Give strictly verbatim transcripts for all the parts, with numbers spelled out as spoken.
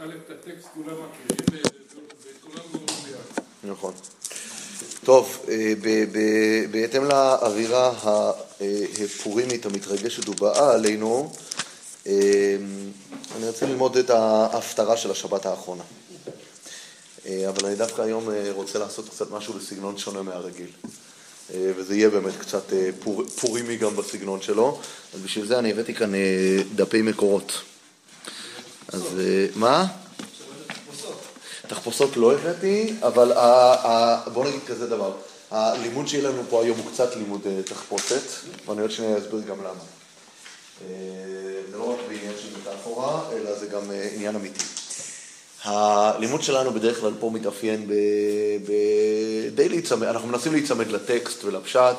א', את הטקסט כולם מכירים וכולם לא מביאה. נכון. טוב, בהתאם לאווירה הפורימית המתרגשת ובאה עלינו, אני רוצה ללמוד את ההפטרה של השבת האחרונה. אבל אני דווקא היום רוצה לעשות קצת משהו בסגנון שונה מהרגיל. וזה יהיה באמת קצת פור, פורימי גם בסגנון שלו. אז בשביל זה אני הבאתי כאן דפי מקורות. אז מה? תחפושות לא הבאתי, אבל בוא נגיד כזה דבר. הלימוד שיהיה לנו פה היום הוא קצת לימוד תחפושת, ואני עוד שניה אסביר גם למה. זה לא רק בעניין של מטאפורה, אלא זה גם עניין אמיתי. הלימוד שלנו בדרך כלל פה מתאפיין בדי להיצמד, אנחנו מנסים להיצמד לטקסט ולפשט.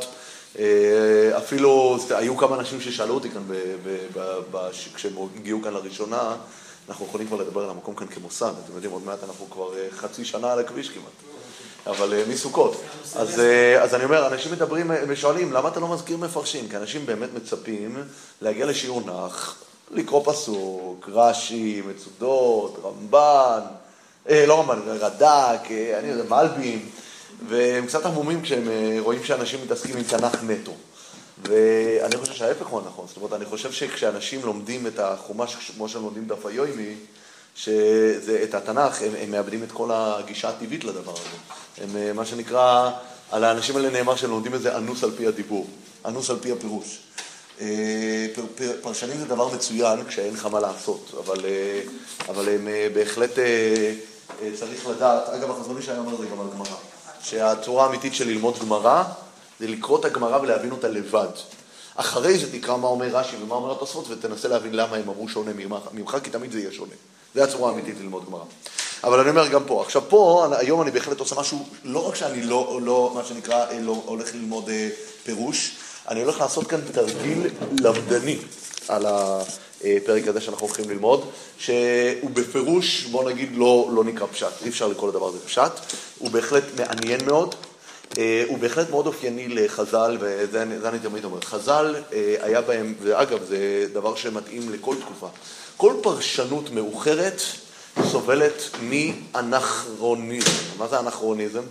אפילו היו כמה אנשים ששאלו אותי כאן כשהם הגיעו כאן לראשונה, אנחנו יכולים כבר לדבר על המקום כאן כמוסד, אתם יודעים, עוד מעט אנחנו כבר חצי שנה על הכביש כמעט, אבל מסוכות. אז, אז אני אומר, אנשים מדברים, שואלים, למה אתה לא מזכיר מפרשים? כי אנשים באמת מצפים להגיע לשיעור נח, לקרוא פסוק, רש"י, מצודות, רמב"ן, אה, לא רמב"ן, רד"ק, אני יודע, מלבים, והם קצת עמומים כשהם רואים שאנשים מתעסקים עם תנ"ך נטו. ואני חושב שההפך הוא נכון, זאת אומרת, אני חושב שכשאנשים לומדים את החומש, כמו שהם לומדים דף היומי, שזה את התנ"ך, הם, הם מאבדים את כל הגישה הטבעית לדבר הזה. הם, מה שנקרא, על האנשים האלה נאמר שהם לומדים איזה אנוס על פי הדיבור, אנוס על פי הפירוש. פר, פר, פרשנים זה דבר מצוין כשאין לך מה לעשות, אבל, אבל הם בהחלט צריך לדעת, אגב, החזון איש היה אומר זה גם על גמרא, שהצורה האמיתית של ללמוד גמרא, זה לקרוא את הגמרא ולהבין אותה לבד. אחרי זה תקרא מה אומר רש"י ומה אומר התוספות, ותנסה להבין למה הם אמרו שונה ממך, כי תמיד זה יהיה שונה. זה הצורה האמיתית ללמוד גמרא. אבל אני אומר גם פה. עכשיו פה, היום אני בהחלט עושה משהו, לא רק שאני לא, לא מה שנקרא, לא הולך ללמוד פירוש, אני הולך לעשות כאן תרגיל למדני על הפרק הזה שאנחנו הולכים ללמוד, שהוא בפירוש, בוא נגיד, לא, לא נקרא פשט. אי אפשר לקרוא לדבר הזה פשט. הוא בהחלט מעניין מאוד. הוא בהחלט מאוד אופייני לחז"ל, וזה אני תמיד אומר. חז"ל היה בהם, ואגב, זה דבר שמתאים לכל תקופה. כל פרשנות מאוחרת סובלת מאנכרוניזם. מה זה אנכרוניזם?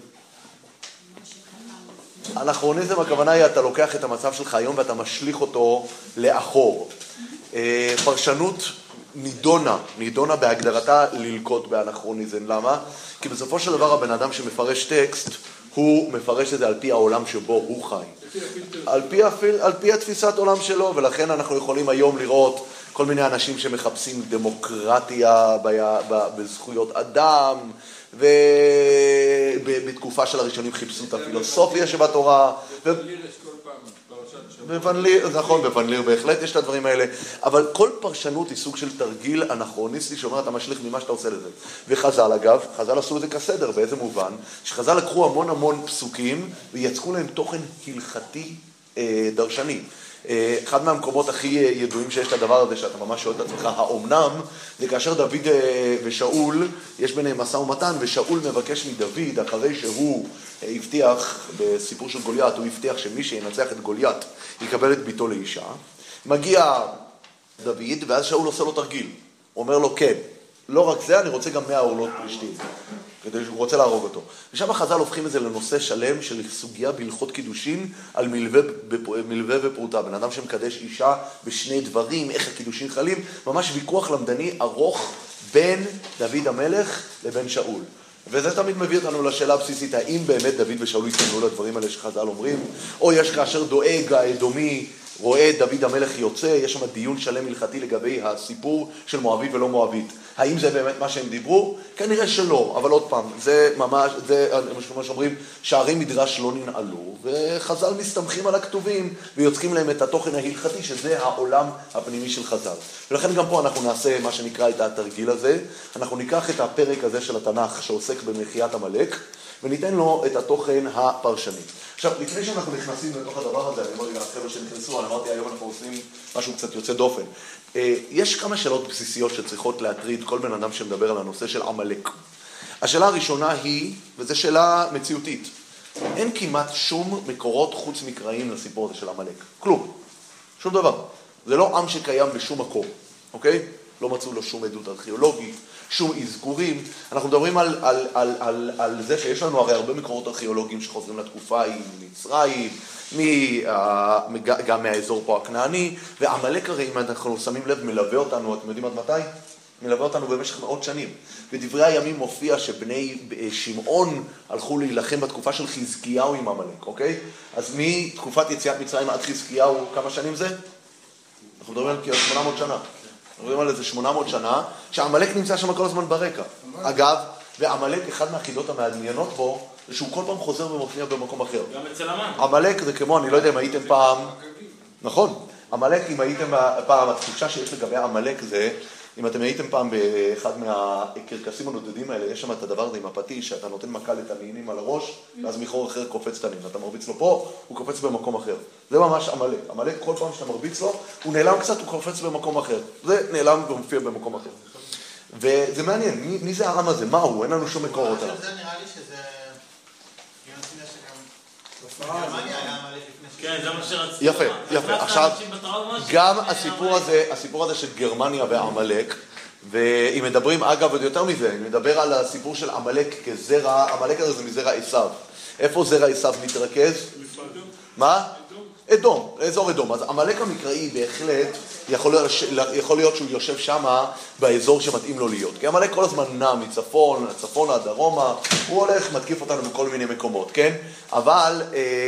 אנכרוניזם, הכוונה היא, אתה לוקח את המצב שלך היום ואתה משליך אותו לאחור. פרשנות נידונה, נידונה בהגדרתה ללקות באנכרוניזם. למה? כי בסופו של דבר הבן אדם שמפרש טקסט, הוא מפרש את זה על פי העולם שבו הוא חי. על פי, על פי התפיסת עולם שלו, ולכן אנחנו יכולים היום לראות כל מיני אנשים שמחפשים דמוקרטיה בזכויות אדם, ובתקופה של הראשונים חיפשו את הפילוסופיה שבתורה. בוונליר, נכון, בוונליר בהחלט יש את הדברים האלה, אבל כל פרשנות היא סוג של תרגיל אנכרוניסטי שאומר אתה משליך ממה שאתה עושה לזה. וחז"ל אגב, חז"ל עשו את זה כסדר, באיזה מובן? שחז"ל לקחו המון המון פסוקים ויצקו להם תוכן הלכתי אה, דרשני. אה, אחד מהמקומות הכי ידועים שיש את הדבר הזה שאתה ממש שואל את עצמך, האומנם, זה כאשר דוד אה, ושאול, יש ביניהם משא ומתן, ושאול מבקש מדוד, אחרי שהוא אה, הבטיח, בסיפור של גוליית, הוא הבטיח שמי שינצח את גוליית יקבל את ביתו לאישה. מגיע דוד, ואז שאול עושה לו תרגיל. אומר לו, כן, לא רק זה, אני רוצה גם מאה עורלות פלישתים, כדי שהוא רוצה להרוג אותו. ושם החז"ל הופכים את זה לנושא שלם של סוגיה בהלכות קידושין על מלווה, מלווה ופרוטה. בן אדם שמקדש אישה בשני דברים, איך הקידושין חלים, ממש ויכוח למדני ארוך בין דוד המלך לבין שאול. וזה תמיד מביא אותנו לשאלה הבסיסית, האם באמת דוד ושאול התכוונו לדברים האלה שחז"ל אומרים, או יש כאשר דואג האדומי רואה דוד המלך יוצא, יש שם דיון שלם הלכתי לגבי הסיפור של מואבית ולא מואבית. האם זה באמת מה שהם דיברו? כנראה שלא, אבל עוד פעם, זה ממש, זה מה שאומרים, שערי מדרש לא ננעלו, וחז"ל מסתמכים על הכתובים ויוצקים להם את התוכן ההלכתי, שזה העולם הפנימי של חז"ל. ולכן גם פה אנחנו נעשה מה שנקרא את התרגיל הזה, אנחנו ניקח את הפרק הזה של התנ"ך שעוסק במחיית עמלק, וניתן לו את התוכן הפרשני. עכשיו, לפני שאנחנו נכנסים לתוך הדבר הזה, אני אומר לי לחבר'ה שנכנסו, אני אמרתי, היום אנחנו עושים משהו קצת יוצא דופן. יש כמה שאלות בסיסיות שצריכות להטריד כל בן אדם שמדבר על הנושא של עמלק. השאלה הראשונה היא, וזו שאלה מציאותית, אין כמעט שום מקורות חוץ מקראיים לסיפור הזה של עמלק. כלום. שום דבר. זה לא עם שקיים בשום מקום, אוקיי? לא מצאו לו שום עדות ארכיאולוגית, שום אזכורים. אנחנו מדברים על, על, על, על, על זה שיש לנו הרי הרבה מקורות ארכיאולוגיים שחוזרים לתקופה עם מצרים, גם מהאזור פה הכנעני, ועמלק הרי, אם אנחנו שמים לב, מלווה אותנו, אתם יודעים עד מתי? מלווה אותנו במשך מאות שנים. בדברי הימים מופיע שבני שמעון הלכו להילחם בתקופה של חזקיהו עם עמלק, אוקיי? אז מתקופת יציאת מצרים עד חזקיהו, כמה שנים זה? אנחנו מדברים על שמונה מאות שנה. אנחנו מדברים על איזה שמונה מאות שנה, שעמלק נמצא שם כל הזמן ברקע. אגב, ועמלק, אחד מהחידות המעניינות בו, זה שהוא כל פעם חוזר ומופיע במקום אחר. גם אצל המן. עמלק זה כמו, אני לא יודע אם הייתם פעם... נכון. עמלק, אם הייתם פעם, התחושה שיש לגבי עמלק זה, אם אתם הייתם פעם באחד מהקרקסים הנודדים האלה, יש שם את הדבר הזה עם הפטיש, שאתה נותן מכה לתנינים על הראש, ואז מחור אחר קופץ תנין. אתה מרביץ לו פה, הוא קופץ במקום אחר. זה ממש עמלק. עמלק, כל פעם שאתה מרביץ לו, הוא נעלם קצת, הוא קופץ במקום אחר. זה נעלם ומופיע במקום אחר. וזה מעניין, מי, מי זה העם הזה? מה הוא? אין לנו שום מקורות עליו. זה נראה לי שזה... גרמניה היה עמלק לפני... כן, זה מה שרציתי. יפה, יפה. עכשיו, גם הסיפור הזה, הסיפור הזה של גרמניה ועמלק, ואם מדברים, אגב, עוד יותר מזה, אם מדבר על הסיפור של עמלק כזרע, עמלק הזה זה מזרע עשיו. איפה זרע עשיו מתרכז? מה? אדום, אזור אדום. אז עמלק המקראי בהחלט יכול להיות, יכול להיות שהוא יושב שם באזור שמתאים לו להיות. כי עמלק כל הזמן נע מצפון, צפונה, דרומה, הוא הולך, מתקיף אותנו בכל מיני מקומות, כן? אבל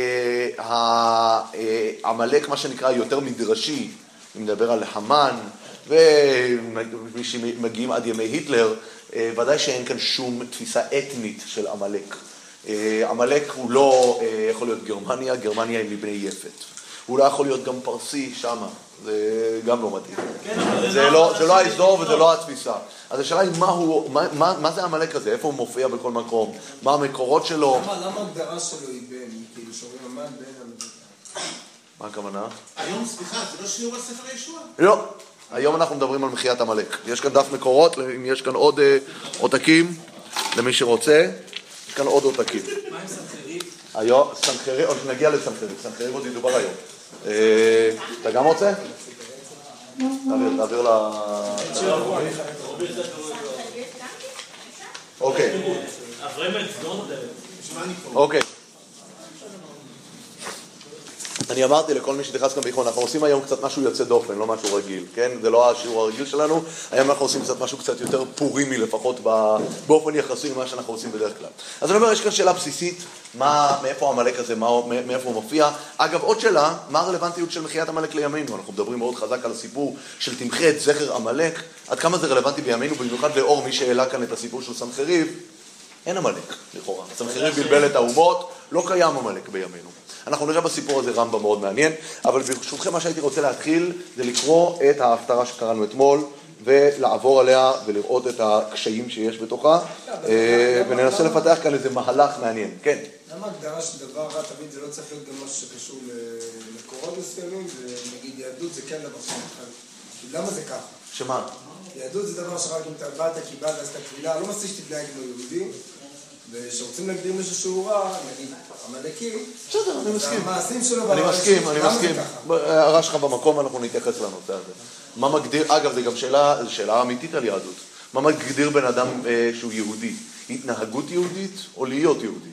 עמלק, מה שנקרא, יותר מדרשי, אם מדבר על המן, ומי שמגיעים עד ימי היטלר, ודאי שאין כאן שום תפיסה אתנית של עמלק. עמלק הוא לא יכול להיות גרמניה, גרמניה היא מבני יפת. הוא לא יכול להיות גם פרסי שמה, זה גם לא מתאים. זה לא האזור וזה לא התפיסה. אז השאלה היא מה זה עמלק הזה, איפה הוא מופיע בכל מקום, מה המקורות שלו. למה הגדרה שלו היא בין, כאילו שאומרים המן בין המדינה? מה הכוונה? היום, סליחה, זה לא שיעור על ספר הישועה? לא, היום אנחנו מדברים על מחיית עמלק. יש כאן דף מקורות, אם יש כאן עוד עותקים, למי שרוצה. יש כאן עוד עותקים. מה עם סנחריב? היום, סנחריב, עוד נגיע לסנחריב, סנחריב עוד ידובר היום. אתה גם רוצה? תעביר, תעביר ל... אוקיי. אוקיי. אני אמרתי לכל מי שתכנס גם באיכון, אנחנו עושים היום קצת משהו יוצא דופן, לא משהו רגיל, כן? זה לא השיעור הרגיל שלנו, היום אנחנו עושים קצת משהו קצת יותר פורימי לפחות באופן יחסי ממה שאנחנו עושים בדרך כלל. אז אני אומר, יש כאן שאלה בסיסית, מה, מאיפה עמלק הזה, מה, מאיפה הוא מופיע? אגב, עוד שאלה, מה הרלוונטיות של מחיית עמלק לימינו? אנחנו מדברים מאוד חזק על הסיפור של תמחה את זכר עמלק, עד כמה זה רלוונטי בימינו, במיוחד לאור מי שהעלה כאן את הסיפור של סנחריב, אין עמלק, לכאורה. סנחריב בלבל את האומות, לא קיים עמלק בימינו. אנחנו נראה בסיפור הזה רמב"ם מאוד מעניין, אבל ברשותכם מה שהייתי רוצה להתחיל זה לקרוא את ההפטרה שקראנו אתמול, ולעבור עליה ולראות את הקשיים שיש בתוכה, וננסה לפתח כאן איזה מהלך מעניין. כן? למה הגדרה של דבר רע תמיד זה לא צריך להיות גם משהו שקשור למקורות מסוימים, ונגיד יהדות זה כן דבר שמתחיל. למה זה ככה? שמה? יהדות זה דבר שרק אם אתה באת, קיבלת, אז אתה קבילה, לא מספיק שתתנהג כמו יהודי, ושרוצים להגדיר מישהו שהוא רע, נגיד, עמלקי, בסדר, אני מסכים. המעשים שלו... אני מסכים, אני מסכים. הערה שלך במקום, אנחנו נתייחס לנושא הזה. מה מגדיר, אגב, זה גם שאלה, שאלה אמיתית על יהדות. מה מגדיר בן אדם שהוא יהודי? התנהגות יהודית או להיות יהודי?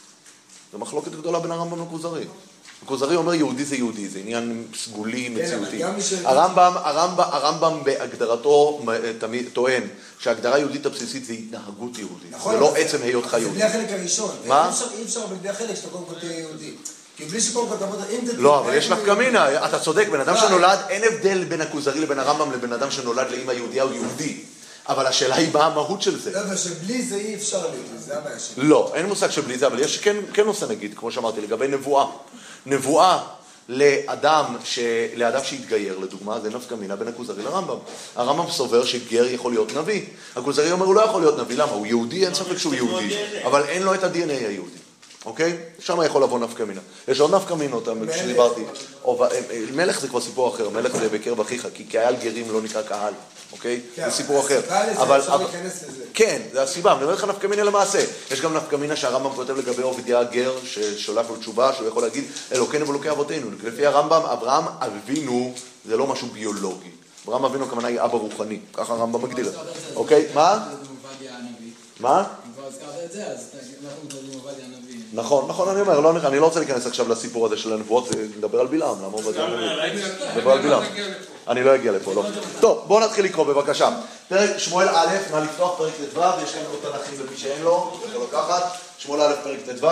זו מחלוקת גדולה בין הרמב"ם לכוזרי. הכוזרי אומר יהודי זה יהודי, זה עניין סגולי, מציאותי. הרמב"ם, הרמב"ם, הרמב"ם בהגדרתו תמיד טוען שההגדרה היהודית הבסיסית זה התנהגות יהודית. זה לא עצם היותך יהודי. זה בלי החלק הראשון. מה? אי אפשר בלי החלק שאתה קודם כל תהיה יהודי. כי בלי שקודם כל תעבוד... לא, אבל יש נפקא מינה, אתה צודק, בן אדם שנולד, אין הבדל בין הכוזרי לבין הרמב"ם לבין אדם שנולד לאמא יהודיה או יהודי. אבל השאלה היא מה המהות של זה. לא, אבל שבלי זה אי אפשר להיות, זה הבעיה שלי. לא, אין מושג שבלי זה, אבל יש כן, כן נושא נגיד, כמו שאמרתי, לגבי נבואה. נבואה לאדם, ש... לאדם שהתגייר, לדוגמה, זה נפקא מינה בין הכוזרי לרמב"ם. הרמב"ם סובר שגר יכול להיות נביא. הכוזרי אומר, הוא לא יכול להיות נביא, למה? הוא יהודי, אין ספק שהוא יהודי, אבל אין לו את ה-די אן איי היהודי. אוקיי? שם יכול לבוא נפקא מינה. יש עוד נפקא מינות, כשדיברתי. מלך זה כבר סיפור אחר, מלך זה בקרב אחיך, כי קהל גרים לא נקרא קהל, אוקיי? זה סיפור אחר. אבל אפשר להיכנס לזה. כן, זה הסיבה, אני אומר לך נפקא מינה למעשה. יש גם נפקא מינה שהרמב"ם כותב לגבי עובדיה הגר, ששולח לו תשובה, שהוא יכול להגיד, אלוקינו ואלוקי אבותינו. לפי הרמב"ם, אברהם אבינו זה לא משהו ביולוגי. אברהם אבינו כמובן היא אבא רוחני, ככה הרמב"ם מגדיר את זה. אוקיי? מה? מה? אם כבר הזכרת את זה, אז אנחנו מתחילים עובדיה הנביא. נכון, נכון, אני אומר, לא, אני לא רוצה להיכנס עכשיו לסיפור הזה של הנבואות, נדבר על בלעם, למה עובדיה הנביא? נדבר על בלעם. אני לא אגיע לפה, לא. טוב, בואו נתחיל לקרוא בבקשה. פרק שמואל א', נא לפתוח פרק ט"ו, יש כאן עוד תנ"כים למי שאין לו, יכול לקחת. שמואל א', פרק ט"ו.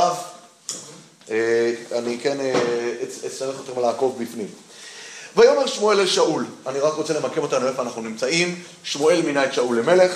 אני כן אצטרך אתכם לעקוב בפנים. ויאמר שמואל אל שאול, אני רק רוצה למקם אותנו איפה אנחנו נמצאים. שמואל מינה את שאול למלך.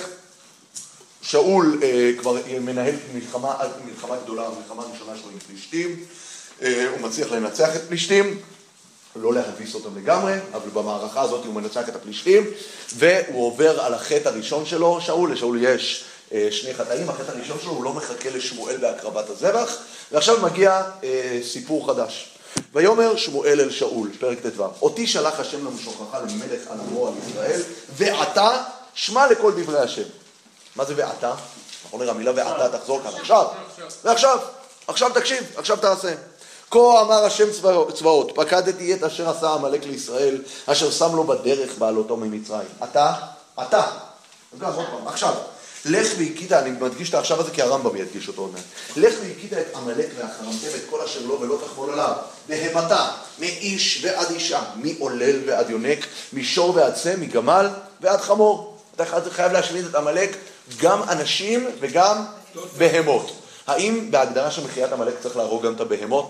שאול אה, כבר מנהל מלחמה, מלחמה גדולה, המלחמה הראשונה שלו עם פלישתים. אה, הוא מצליח לנצח את פלישתים, לא להביס אותם לגמרי, אבל במערכה הזאת הוא מנצח את הפלישתים, והוא עובר על החטא הראשון שלו, שאול. לשאול יש אה, שני חטאים, החטא הראשון שלו הוא לא מחכה לשמואל בהקרבת הזבח, ועכשיו מגיע אה, סיפור חדש. ויאמר שמואל אל שאול, פרק ט"ו, אותי שלח השם למשוחך למלך על עמו על ישראל, ועתה שמע לכל דברי השם. מה זה ועתה? אנחנו נראה, המילה ועתה תחזור כאן, עכשיו, ועכשיו, עכשיו תקשיב, עכשיו תעשה. כה אמר השם צבאות, פקדתי את אשר עשה עמלק לישראל, אשר שם לו בדרך בעלותו ממצרים. אתה, אתה, עכשיו, לך והכית, אני מדגיש את עכשיו הזה כי הרמב"ם ידגיש אותו. לך והכית את עמלק והחרמתם את כל אשר לו ולא תחמול עליו. בהמתה, מאיש ועד אישה, מעולל ועד יונק, משור ועד צא, מגמל ועד חמור. אתה חייב להשמיד את עמלק, גם אנשים וגם בהמות. האם בהגדרה של מחיית עמלק צריך להרוג גם את הבהמות?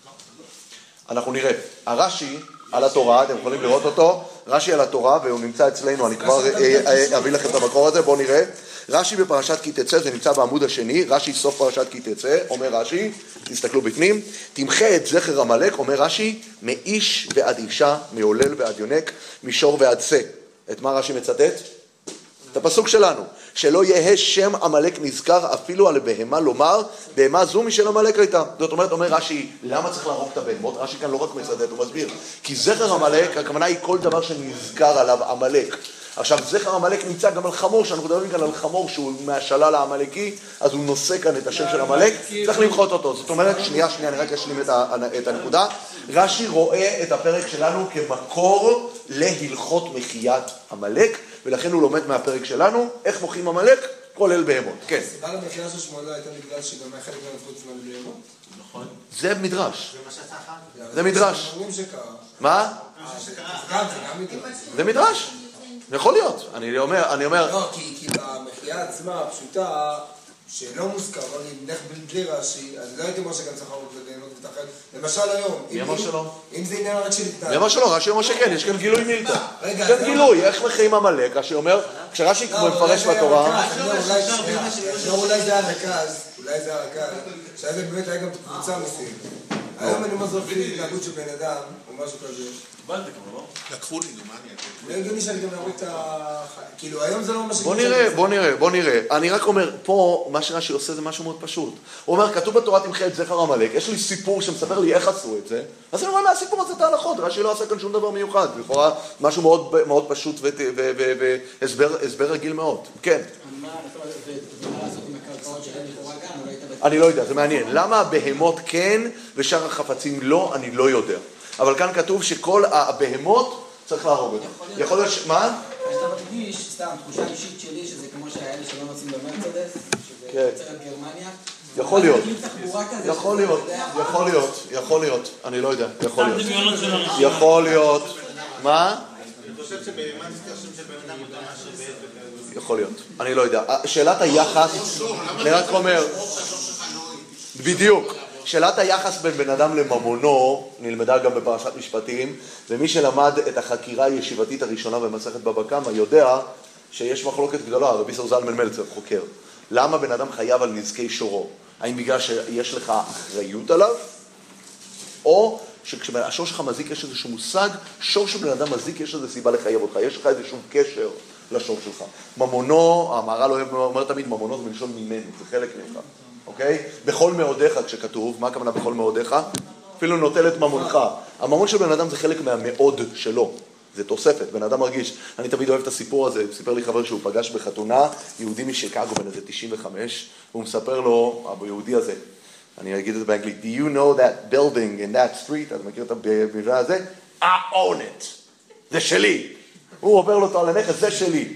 אנחנו נראה. הרש"י על התורה, אתם יכולים לראות אותו, רש"י על התורה, והוא נמצא אצלנו, אני כבר אביא לכם את המקור הזה, בואו נראה. רש"י בפרשת כי תצא, זה נמצא בעמוד השני, רש"י סוף פרשת כי תצא, אומר רש"י, תסתכלו בפנים, תמחה את זכר עמלק, אומר רש"י, מאיש ועד אישה, מעולל ועד יונק, משור ועד שא. את מה רש"י מצטט? את הפסוק שלנו, שלא יהא שם עמלק נזכר אפילו על בהמה לומר, בהמה זו משל עמלק הייתה. זאת אומרת, אומר רש"י, למה צריך להרוג את הבהמות? רש"י כאן לא רק מצטט, הוא מסביר. כי זכר עמלק, הכוונה היא כל דבר שנזכר עליו עמלק. עכשיו, זכר עמלק נמצא גם על חמור, שאנחנו מדברים כאן על חמור שהוא מהשלל העמלקי, אז הוא נושא כאן את השם של עמלק, צריך למחות אותו. זאת אומרת, שנייה, שנייה, אני רק אשלים את הנקודה. רש"י רואה את הפרק שלנו כמקור להלכות מחיית עמלק, ולכן הוא לומד מהפרק שלנו, איך מוחים עמלק, כולל בהמות. כן. הסיבה למחייה של שמואל הייתה בגלל שגם היה חלק מהנפות זמן בהמות? נכון. זה מדרש. זה מה שעשה אחר. זה מדרש. אומרים שקרה. מה? גם זה, גם מדרש. זה מדרש. יכול להיות. אני אומר, אני אומר... לא, כי במחייה עצמה הפשוטה, שלא מוזכר, לא נלך בלי רש"י, אז לא הייתי אומר שגם צריך להרוג ובהמות ותחת. למשל היום, מי אמר שלא? אם זה עניין רק של התנהג. מי אמר שלא? רש"י אומר שכן, יש כאן גילוי מילתא. יש כאן גילוי, איך מחיים עמלק? רש"י אומר, כשרש"י מפרש בתורה... אולי זה הרכז, אולי זה הרכז, שאז באמת היה גם קבוצה מסוימת. היום אני אומר זו אפילו התנהגות של בן אדם, או משהו כזה. קיבלתי כבר, לא? לקחו לי, נו, מה אני אעשה? לא הגיוני שאני גם אראה את ה... כאילו, היום זה לא מה בוא נראה, בוא נראה, בוא נראה. אני רק אומר, פה, מה שרש"י עושה זה משהו מאוד פשוט. הוא אומר, כתוב בתורה תמחה את זכר עמלק, יש לי סיפור שמספר לי איך עשו את זה, אז אני רואה מהסיפור הזה את ההלכות, רש"י לא עשה כאן שום דבר מיוחד, לכאורה משהו מאוד, מאוד פשוט והסבר רגיל מאוד. כן. אני לא יודע, זה מעניין. למה הבהמות כן ושאר החפצים לא, אני לא יודע. אבל כאן כתוב שכל הבהמות צריך להרוג אותם. יכול להיות ש... מה? אתה מרגיש, סתם, תחושה אישית שלי, שזה כמו שהאלה שלא נוסעים במרצדס, שזה יוצרת גרמניה. יכול להיות. יכול להיות, יכול להיות, יכול להיות. אני לא יודע, יכול להיות. יכול להיות. מה? אני חושב שבמה נזכר שם של בן אדם יותר מאשר בעצם. יכול להיות. אני לא יודע. שאלת היחס, אני רק אומר, בדיוק. שאלת היחס בין בן אדם לממונו נלמדה גם בפרשת משפטים, ומי שלמד את החקירה הישיבתית הראשונה במסכת בבא קמא יודע שיש מחלוקת גדולה, רבי יששכר זלמן מלצר חוקר. למה בן אדם חייב על נזקי שורו? האם בגלל שיש לך אחריות עליו? או שכשהשור שלך מזיק יש איזשהו מושג, שור של בן אדם מזיק יש איזו סיבה לחייב אותך, יש לך איזשהו קשר לשור שלך. ממונו, המהר"ל אומר תמיד, ממונו זה מלשון ממנו, זה חלק ממך. אוקיי? בכל מאודיך כשכתוב, מה הכוונה בכל מאודיך? אפילו נוטל את ממונך. הממון של בן אדם זה חלק מהמאוד שלו. זה תוספת, בן אדם מרגיש. אני תמיד אוהב את הסיפור הזה, סיפר לי חבר שהוא פגש בחתונה, יהודי משיקגו בן איזה תשעים וחמש, והוא מספר לו, היהודי הזה, אני אגיד את זה באנגלית, do you know that building in that street? אתה מכיר את המבנה הזה? I own it. זה שלי. הוא עובר לו אותו על הנכס, זה שלי.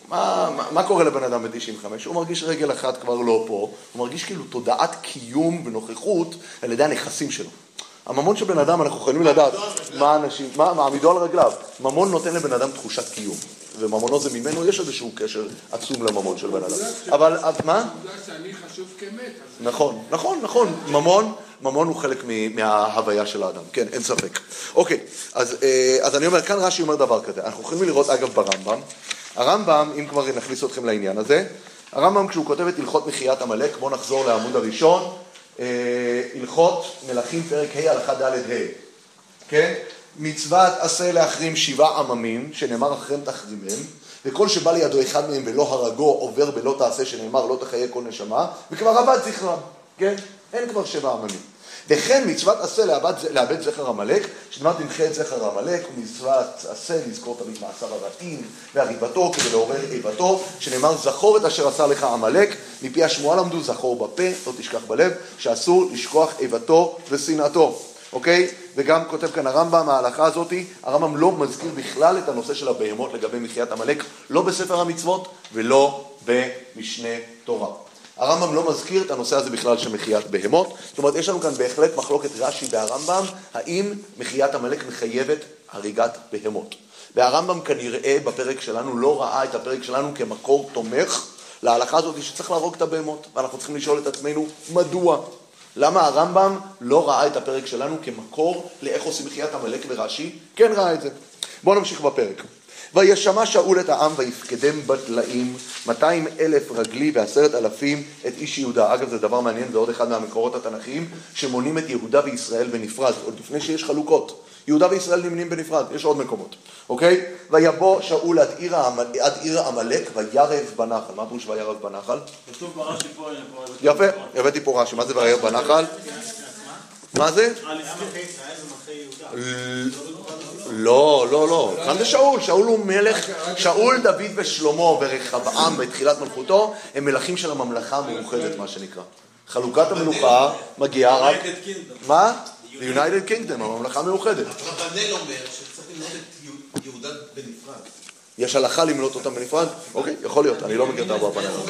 מה, מה, מה קורה לבן אדם ב-תשעים וחמש? הוא מרגיש רגל אחת כבר לא פה, הוא מרגיש כאילו תודעת קיום ונוכחות על ידי הנכסים שלו. הממון של בן אדם, אנחנו יכולים לדעת מה אנשים, מה, מעמידו על רגליו. ממון נותן לבן אדם תחושת קיום, וממונו זה ממנו, יש איזשהו קשר עצום לממון של בן אדם. אבל, מה? שאני חשוב כמת. נכון, נכון, נכון. ממון, ממון הוא חלק מההוויה של האדם, כן, אין ספק. אוקיי, אז, אז אני אומר, כאן רש"י אומר דבר כזה. אנחנו יכולים לראות, אגב, ברמב"ם. הרמב"ם, אם כבר נכניס אתכם לעניין הזה, הרמב"ם כשהוא כותב את הלכות מחיית עמלק, בואו נחזור לעמוד הראשון, הלכות מלכים פרק ה' הלכה ד' ה', כן? מצוות עשה להחרים שבעה עממים, שנאמר אחריהם תחרימם, וכל שבא לידו אחד מהם ולא הרגו עובר בלא תעשה, שנאמר לא תחיה כל נשמה, וכבר אבד זכרם, כן? אין כבר שבעה עממים. וכן מצוות עשה לאבד, לאבד זכר עמלק, שנאמר תמחה את זכר עמלק, ומצוות עשה לזכור תמיד מעשיו הרעים והריבתו כדי לעורר איבתו, שנאמר זכור את אשר עשה לך עמלק, מפי השמועה למדו זכור בפה, לא תשכח בלב, שאסור לשכוח איבתו ושנאתו. אוקיי? וגם כותב כאן הרמב"ם, ההלכה הזאת, הרמב"ם לא מזכיר בכלל את הנושא של הבהמות לגבי מחיית עמלק, לא בספר המצוות ולא במשנה תורה. הרמב"ם לא מזכיר את הנושא הזה בכלל של מחיית בהמות. זאת אומרת, יש לנו כאן בהחלט מחלוקת רש"י והרמב"ם, האם מחיית עמלק מחייבת הריגת בהמות. והרמב"ם כנראה בפרק שלנו לא ראה את הפרק שלנו כמקור תומך להלכה הזאת שצריך להרוג את הבהמות. ואנחנו צריכים לשאול את עצמנו, מדוע? למה הרמב"ם לא ראה את הפרק שלנו כמקור לאיך עושים מחיית עמלק, ורש"י כן ראה את זה. בואו נמשיך בפרק. וישמע שאול את העם ויפקדם בטלאים מאתיים אלף רגלי ועשרת אלפים את איש יהודה. אגב, זה דבר מעניין, זה עוד אחד מהמקורות התנ"כיים שמונים את יהודה וישראל בנפרד, עוד לפני שיש חלוקות. יהודה וישראל נמנים בנפרד, יש עוד מקומות, אוקיי? ויבוא שאול עד עיר, עד עיר עמלק וירב בנחל. מה פירוש וירב בנחל? כתוב ברש"י פה. יפה, הבאתי פה רש"י. מה זה וירב בנחל? מה זה? לא, לא, לא. כאן זה שאול. שאול הוא מלך, שאול, דוד ושלמה ורחבעם בתחילת מלכותו, הם מלכים של הממלכה המאוחדת, מה שנקרא. חלוקת המלוכה מגיעה רק... מה? United Kingdom, הממלכה המאוחדת. רבנאל אומר שצריך למנות את יהודה בנפרד. יש הלכה למנות אותם בנפרד? אוקיי, יכול להיות. אני לא מכיר את ארבע בנפרד.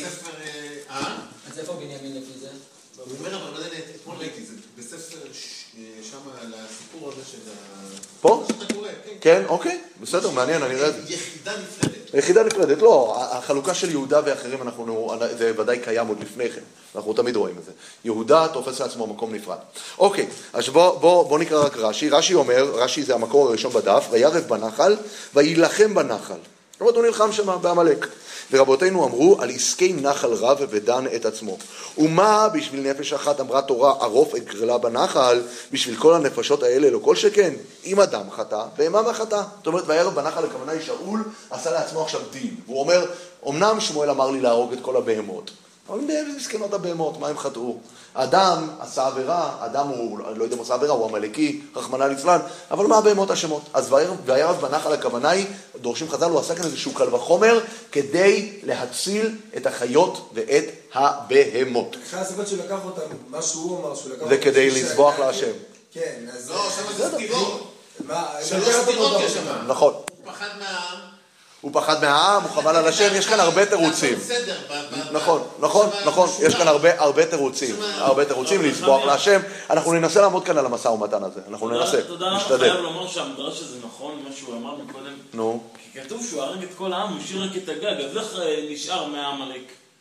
אז איפה בנימין לפי זה? הוא אומר, אבל אתמול ראיתי, זה בספר שם על הסיפור הזה של ה... פה? כן, אוקיי, בסדר, מעניין, אני רואה את זה. יחידה נפרדת. יחידה נפרדת, לא, החלוקה של יהודה ואחרים, אנחנו, זה ודאי קיים עוד לפני כן, אנחנו תמיד רואים את זה. יהודה תופס לעצמו מקום נפרד. אוקיי, אז בוא, בוא, בוא נקרא רק רש"י. רש"י אומר, רש"י זה המקור הראשון בדף, וירב בנחל, וילחם בנחל. זאת אומרת, הוא נלחם שם בעמלק. ורבותינו אמרו, על עסקי נחל רב ודן את עצמו. ומה בשביל נפש אחת אמרה תורה, ערוף את גרלה בנחל, בשביל כל הנפשות האלה, לא כל שכן, אם אדם חטא, בהמה חטא. זאת אומרת, וירב בנחל, הכוונה היא שאול, עשה לעצמו עכשיו דין. והוא אומר, אמנם שמואל אמר לי להרוג את כל הבהמות, אבל הם מסכנות הבהמות, מה הם חטאו? אדם עשה עבירה, אדם הוא, לא יודע אם עשה עבירה, הוא עמלקי, רחמנא ליצלן, אבל מה הבהמות אשמות? אז וירב בנחל, הכוונה היא, דורשים חז"ל, הוא עשה כאן איזשהו קל וחומר, כדי להציל את החיות ואת הבהמות. אחד הסיבות שהוא לקח אותם, מה שהוא אמר, שהוא לקח אותם... זה כדי לזבוח להשם. כן, אז... לא, שם זה סתירות. שלוש סתירות יש שם. נכון. הוא פחד מהעם. הוא פחד מהעם, הוא חבל על השם, יש כאן הרבה תירוצים. נכון, נכון, נכון, יש כאן הרבה תירוצים, הרבה תירוצים לסבוח להשם. אנחנו ננסה לעמוד כאן על המשא ומתן הזה, אנחנו ננסה, תודה רבה, נשתדל. חייב לומר שהמדרש הזה נכון, מה שהוא אמר מקודם. נו. כי כתוב שהוא הרג את כל העם, הוא השאיר רק את הגג, אז איך נשאר מהעמלק?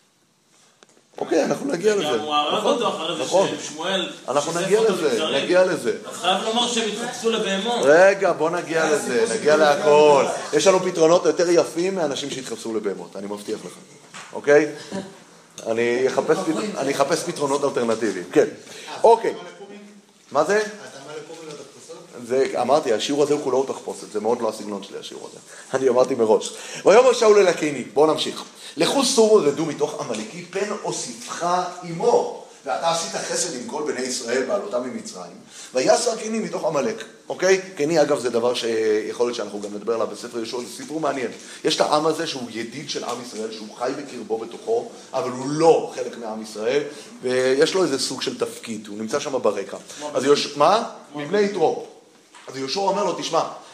אוקיי, אנחנו נגיע לזה. גם הוא הרג אותו אחרי זה ששמואל... אנחנו נגיע לזה, נגיע לזה. אז חייב לומר שהם התחפשו לבהמות. רגע, בוא נגיע לזה, נגיע להכל. יש לנו פתרונות יותר יפים מאנשים שהתחפשו לבהמות, אני מבטיח לך. אוקיי? אני אחפש פתרונות אלטרנטיביים. כן. אוקיי. מה זה? זה, אמרתי, השיעור הזה הוא כולו הוא תחפושת, זה מאוד לא הסגנון שלי השיעור הזה. אני אמרתי מראש. ויאמר שאול אל הקיני, בואו נמשיך. לכו סורו רדו מתוך עמלקי, פן אוסיפך עמו. ואתה עשית חסד עם כל בני ישראל בעלותם ממצרים. ויסר קיני מתוך עמלק. אוקיי? קיני, אגב, זה דבר שיכול להיות שאנחנו גם נדבר עליו בספר יהושע, זה סיפור מעניין. יש את העם הזה שהוא ידיד של עם ישראל, שהוא חי בקרבו בתוכו, אבל הוא לא חלק מעם ישראל, ויש לו איזה סוג של תפקיד, הוא נמצא שם ברקע. אז יהושע, מה? מבני יתרו. אז יהושע אומר לו, תשמע,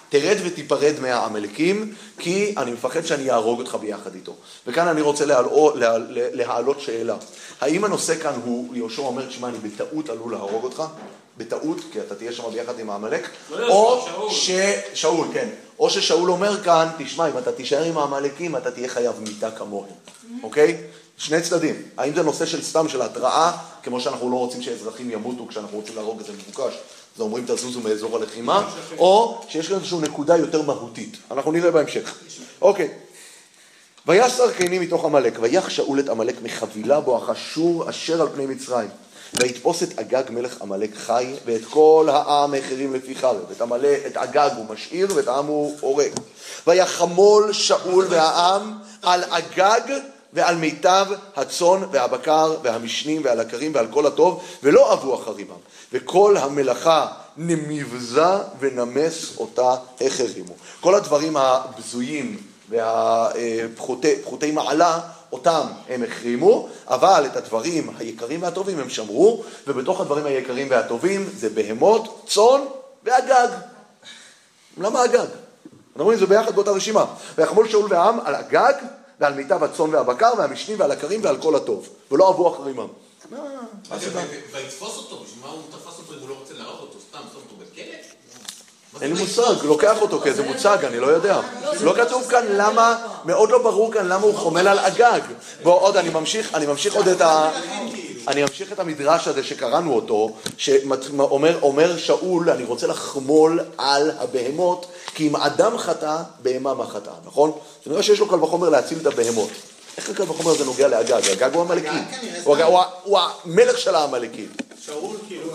תרד ותיפרד מהעמלקים, כי אני מפחד שאני אהרוג אותך ביחד איתו. וכאן אני רוצה להעלות, להעלות שאלה. האם הנושא כאן הוא, יהושע אומר, תשמע, אני בטעות עלול להרוג אותך? בטעות, כי אתה תהיה שם ביחד עם העמלק? או ששאול, כן. או ששאול אומר כאן, תשמע, אם אתה תישאר עם העמלקים, אתה תהיה חייב מיתה כמוהם. אוקיי? שני צדדים. האם זה נושא של סתם של התראה, כמו שאנחנו לא רוצים שאזרחים ימותו כשאנחנו רוצים להרוג, זה מבוקש, אז אומרים תזוזו מאזור הלחימה, או שיש כאן איזושהי נקודה יותר מהותית. אנחנו נראה בהמשך. אוקיי. ויסר קייני מתוך עמלק, ויח שאול את עמלק מחבילה בואכה שור אשר על פני מצרים. ויתפוס את אגג מלך עמלק חי, ואת כל העם האחרים לפי חרב. את, עמלק, את אגג הוא משאיר, ואת העם הוא הורג. ויחמול שאול והעם על אגג, ועל מיטב הצאן והבקר והמשנים ועל הכרים ועל כל הטוב, ולא אבו אחרימם. וכל המלאכה נמבזה ונמס אותה החרימו. כל הדברים הבזויים והפחותי מעלה, אותם הם החרימו, אבל את הדברים היקרים והטובים הם שמרו, ובתוך הדברים היקרים והטובים זה בהמות, צאן ואגג. למה אגג? אנחנו רואים זה ביחד באותה רשימה. ויחמול שאול והעם על אגג, ועל מיטב הצאן והבקר והמשנים ועל הכרים ועל כל הטוב, ולא אבו אחרימם. ויתפוס אותו, בשביל מה הוא תפס אותו אם הוא לא רוצה להרוג אותו, סתם, שם אותו בכלא? אין לי מושג, לוקח אותו כאיזה מוצג, אני לא יודע. לא כתוב כאן למה, מאוד לא ברור כאן למה הוא חומל על אגג. בואו עוד, אני ממשיך, אני ממשיך עוד את ה... אני אמשיך את המדרש הזה שקראנו אותו, שאומר אומר שאול, אני רוצה לחמול על הבהמות, כי אם אדם חטא, בהמה מה חטא, נכון? זה נראה שיש לו קל וחומר להציל את הבהמות. איך הקל וחומר הזה נוגע לאגג? אגג הוא המלאקי. הוא המלך של המלאקים. שאול כאילו,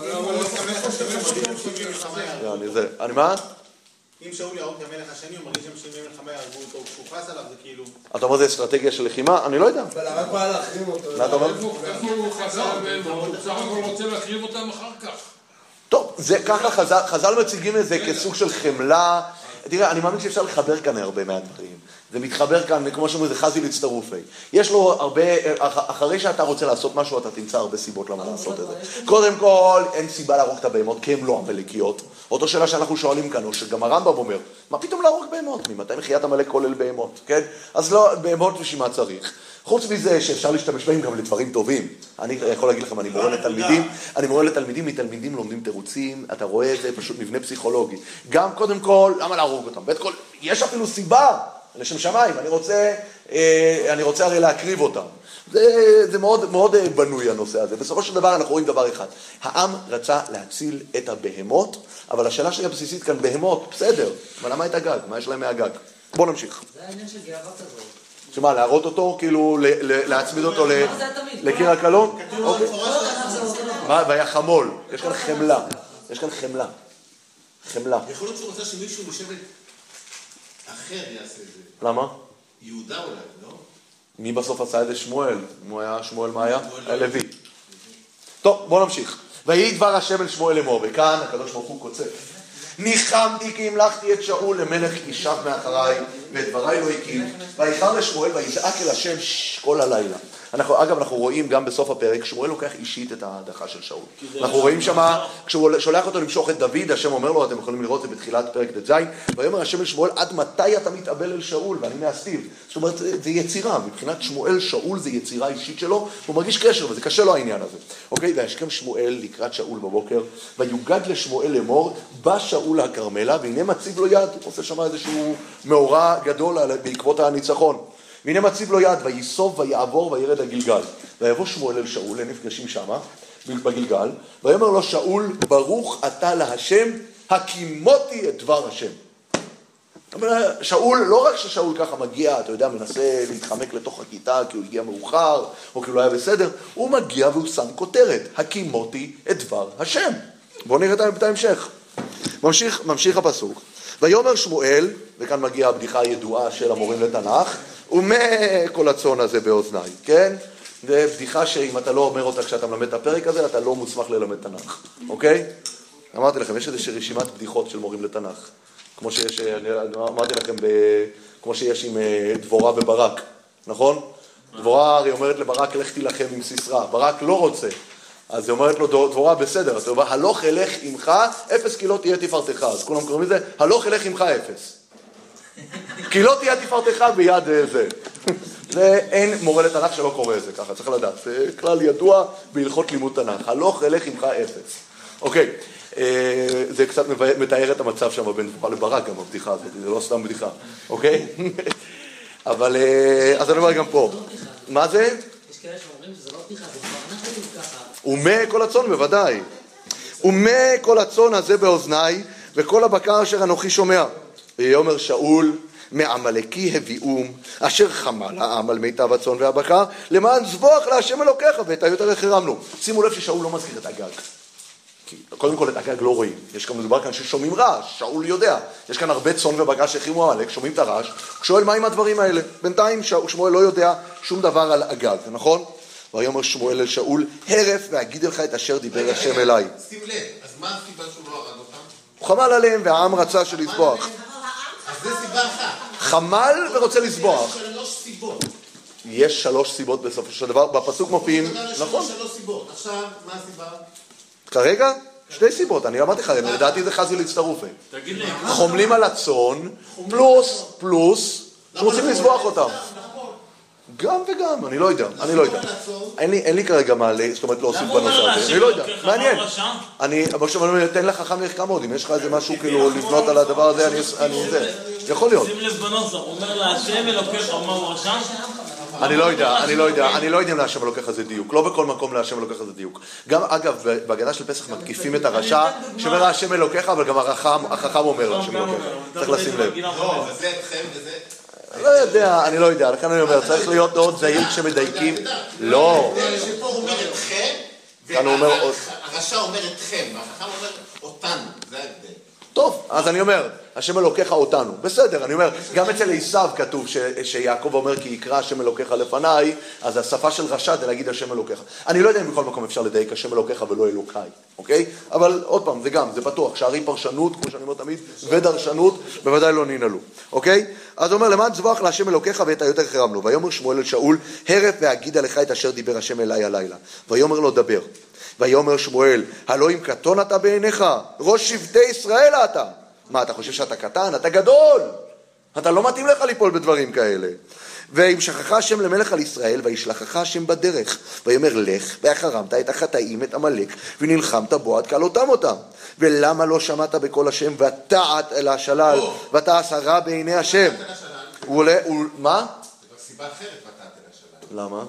אני מה? אם שאול יהרוג את המלך השני, הוא מרגיש שהם שני מלחמה יהרגו אותו, כשהוא חס עליו זה כאילו... אתה אומר זה אסטרטגיה של לחימה? אני לא יודע. אבל רק בא להחרים אותו. מה אתה אומר? איפה הוא חזר בהם? הוא בסך הכל רוצה להקריב אותם אחר כך. טוב, זה ככה חז"ל, חז"ל מציגים את זה כסוג של חמלה. תראה, אני מאמין שאפשר לחבר כאן הרבה מהדברים. זה מתחבר כאן, כמו שאומרים, זה חזי להצטרופי. יש לו הרבה, אחרי שאתה רוצה לעשות משהו, אתה תמצא הרבה סיבות למה לעשות את זה. קודם כל, אין סיבה להרוג את הבהמות, כי הן לא המלאקיות. אותו שאלה שאנחנו שואלים כאן, או שגם הרמב"ם אומר, מה פתאום להרוג בהמות? ממתי מחיית המלאק כולל בהמות, כן? אז לא, בהמות בשביל מה צריך. חוץ מזה שאפשר להשתמש בהם גם לדברים טובים. אני יכול להגיד לכם, אני מורה לתלמידים, אני מורה לתלמידים, מתלמידים לומדים תירוצים, אתה רואה את זה פשוט מבנה פסיכולוגי. גם קודם כל, למה להרוג אותם? בית כל, יש אפילו סיבה, לשם שמיים, אני רוצה, אני רוצה הרי להקריב אותם. זה, זה מאוד, מאוד בנוי הנושא הזה. בסופו של דבר אנחנו רואים דבר אחד. העם רצה להציל את הבהמות, אבל השאלה שלי הבסיסית כאן, בהמות, בסדר, אבל למה את הגג? מה יש להם מהגג? בואו נמשיך. זה העניין של גאווה כזאת. שמה, להראות אותו, כאילו, להצמיד אותו לקיר הקלון? מה, והיה חמול. יש כאן חמלה. יש כאן חמלה. חמלה. יכול להיות שהוא רוצה שמישהו משבט אחר יעשה את זה. למה? יהודה אולי, לא? מי בסוף עשה את זה? שמואל. הוא היה שמואל מה היה? הלוי. טוב, בואו נמשיך. ויהי דבר השם אל שמואל לאמור, וכאן הקדוש ברוך הוא קוצר. ניחמתי כי המלכתי את שאול למלך ישב מאחריי, ואת דבריי לא הקים. ויחר לשמואל ויזעק אל השם כל הלילה. אנחנו, אגב, אנחנו רואים גם בסוף הפרק, שמואל לוקח אישית את ההדחה של שאול. אנחנו רואים שמה, כשהוא שולח אותו למשוך את דוד, השם אומר לו, אתם יכולים לראות את זה בתחילת פרק ד' ויאמר השם אל שמואל, עד מתי אתה מתאבל אל שאול? ואני מאסתיו. זאת אומרת, זה יצירה. מבחינת שמואל, שאול זה יצירה אישית שלו, הוא מרגיש קשר, וזה קשה לו העניין הזה. אוקיי? וישכם שמואל לקראת שאול בבוקר, ויוגד לשמואל לאמור, בא שאול הכרמלה, והנה מציב לו יד. הוא עושה שם איזשהו מאורע גדול בעקבות הניצחון. והנה מציב לו יד, ויסוב ויעבור וירד הגלגל. ויבוא שמואל אל שאול, הם נפגשים שמה, בגלגל, ויאמר לו שאול, ברוך אתה להשם, הקימותי את דבר השם. שאול, לא רק ששאול ככה מגיע, אתה יודע, מנסה להתחמק לתוך הכיתה, כי הוא הגיע מאוחר, או כי הוא לא היה בסדר, הוא מגיע והוא שם כותרת, הקימותי את דבר השם. בואו נראה את ההמשך. ממשיך, ממשיך הפסוק. ויאמר שמואל, וכאן מגיעה הבדיחה הידועה של המורים לתנ"ך, ומה כל הצאן הזה באוזניי, כן? זה בדיחה שאם אתה לא אומר אותה כשאתה מלמד את הפרק הזה, אתה לא מוסמך ללמד תנ"ך, אוקיי? אמרתי לכם, יש איזושהי רשימת בדיחות של מורים לתנ"ך, כמו שיש, אני אמרתי לכם, ב, כמו שיש עם דבורה וברק, נכון? דבורה הרי אומרת לברק, לך תילחם עם סיסרא, ברק לא רוצה, אז היא אומרת לו, דבורה, בסדר, אתה אומר, הלוך אלך עמך, אפס כי לא תהיה תפארתך. אז כולם קוראים לזה, הלוך אלך עמך אפס. כי לא תהיה תפארתך ביד זה. זה אין מורה לתנ"ך שלא קורא את זה ככה, צריך לדעת. זה כלל ידוע בהלכות לימוד תנ"ך. הלוך אלך עמך אפס. אוקיי, זה קצת מתאר את המצב שם בין דבורה לברק, גם הבדיחה הזאת, זה לא סתם בדיחה. אוקיי? אבל, אז אני אומר גם פה. מה זה? יש כאלה שאומרים שזה לא בדיחה, זה כבר אנחנו ככה. ומה כל הצאן, בוודאי. ומה כל הצאן הזה באוזניי, וכל הבקר אשר אנוכי שומע. ויאמר שאול, מעמלקי הביאום, אשר חמל העם על מיטב הצאן והבקר, למען זבוח להשם אלוקיך, ואת היותר החרמנו. שימו לב ששאול לא מזכיר את אגג. כי קודם כל את אגג לא רואים. יש גם מדובר כאן ששומעים רעש, שאול יודע. יש כאן הרבה צאן ובקר שהחרימו עמלק, שומעים את הרעש. הוא שואל מה עם הדברים האלה. בינתיים שמואל לא יודע שום דבר על אגג, נכון? ויאמר שמואל אל שאול, הרף והגיד לך את אשר דיבר השם אליי. שים לב, אז מה הסיבה שהוא לא הרג אותם? הוא חמל עליהם והעם רצה שלזבוח. אז זה סיבה אחת. חמל ורוצה לזבוח. יש שלוש סיבות. יש שלוש סיבות בסופו של דבר, בפסוק מופיעים, נכון? יש שלוש סיבות. עכשיו, מה הסיבה? כרגע? שתי סיבות, אני אמרתי לך, לדעתי זה חזי להצטרופה. תגיד לי. חומלים על הצאן, פלוס, פלוס, רוצים לזבוח אותם. גם וגם, אני לא יודע, אני לא יודע. אין לי, אין לי כרגע מה, זאת אומרת, להוסיף בנושא הזה, אני לא יודע, מעניין. אני, אבל עכשיו אני אתן לך חכם לחכם עוד, אם יש לך איזה משהו כאילו לבנות על הדבר הזה, אני, זה, יכול להיות. שים לב בנוסח, הוא אומר להשם אלוקיך, מה הוא רשם? אני לא יודע, אני לא יודע, אני לא יודע אם להשם אלוקיך זה דיוק, לא בכל מקום להשם אלוקיך זה דיוק. גם, אגב, בהגדה של פסח מתקיפים את הרשע, שאומר להשם אלוקיך, אבל גם החכם אומר להשם אלוקיך. צריך לשים לב. לא, וזה אתכם וזה... לא יודע, אני לא יודע, לכן אני אומר, צריך להיות מאוד זהיר כשמדייקים. לא. שפה הוא אומר אתכם, והרשע אומר אתכם, והחכם אומר אותנו, זה ההבדל. טוב, אז אני אומר, השם אלוקיך אותנו. בסדר, אני אומר, גם אצל עשיו כתוב ש, שיעקב אומר כי יקרא השם אלוקיך לפניי, אז השפה של רשע זה להגיד השם אלוקיך. אני לא יודע אם בכל מקום אפשר לדייק השם אלוקיך ולא אלוקיי, אוקיי? אבל עוד פעם, זה גם, זה פתוח, שערי פרשנות, כמו שאני אומר תמיד, ודרשנות, בוודאי לא ננעלו, אוקיי? אז הוא אומר, למען זבוח להשם אלוקיך ואת היותר חרמנו. ויאמר שמואל אל שאול, הרף והגיד עליך את אשר דיבר השם אליי הלילה. ויאמר לו דבר. ויאמר שמואל, הלא אם קטון אתה בעיניך, ראש שבטי ישראל אתה. מה, אתה חושב שאתה קטן? אתה גדול. אתה לא מתאים לך ליפול בדברים כאלה. ואם שכחה השם למלך על ישראל, וישלחך השם בדרך, ויאמר לך, והחרמת את החטאים, את עמלק, ונלחמת בו עד כלותם אותם. ולמה לא שמעת בקול השם, ותעת אל השלל, ותעש הרע בעיני השם? הוא עולה, הוא, מה? זה סיבה אחרת ותעת אל השלל. למה?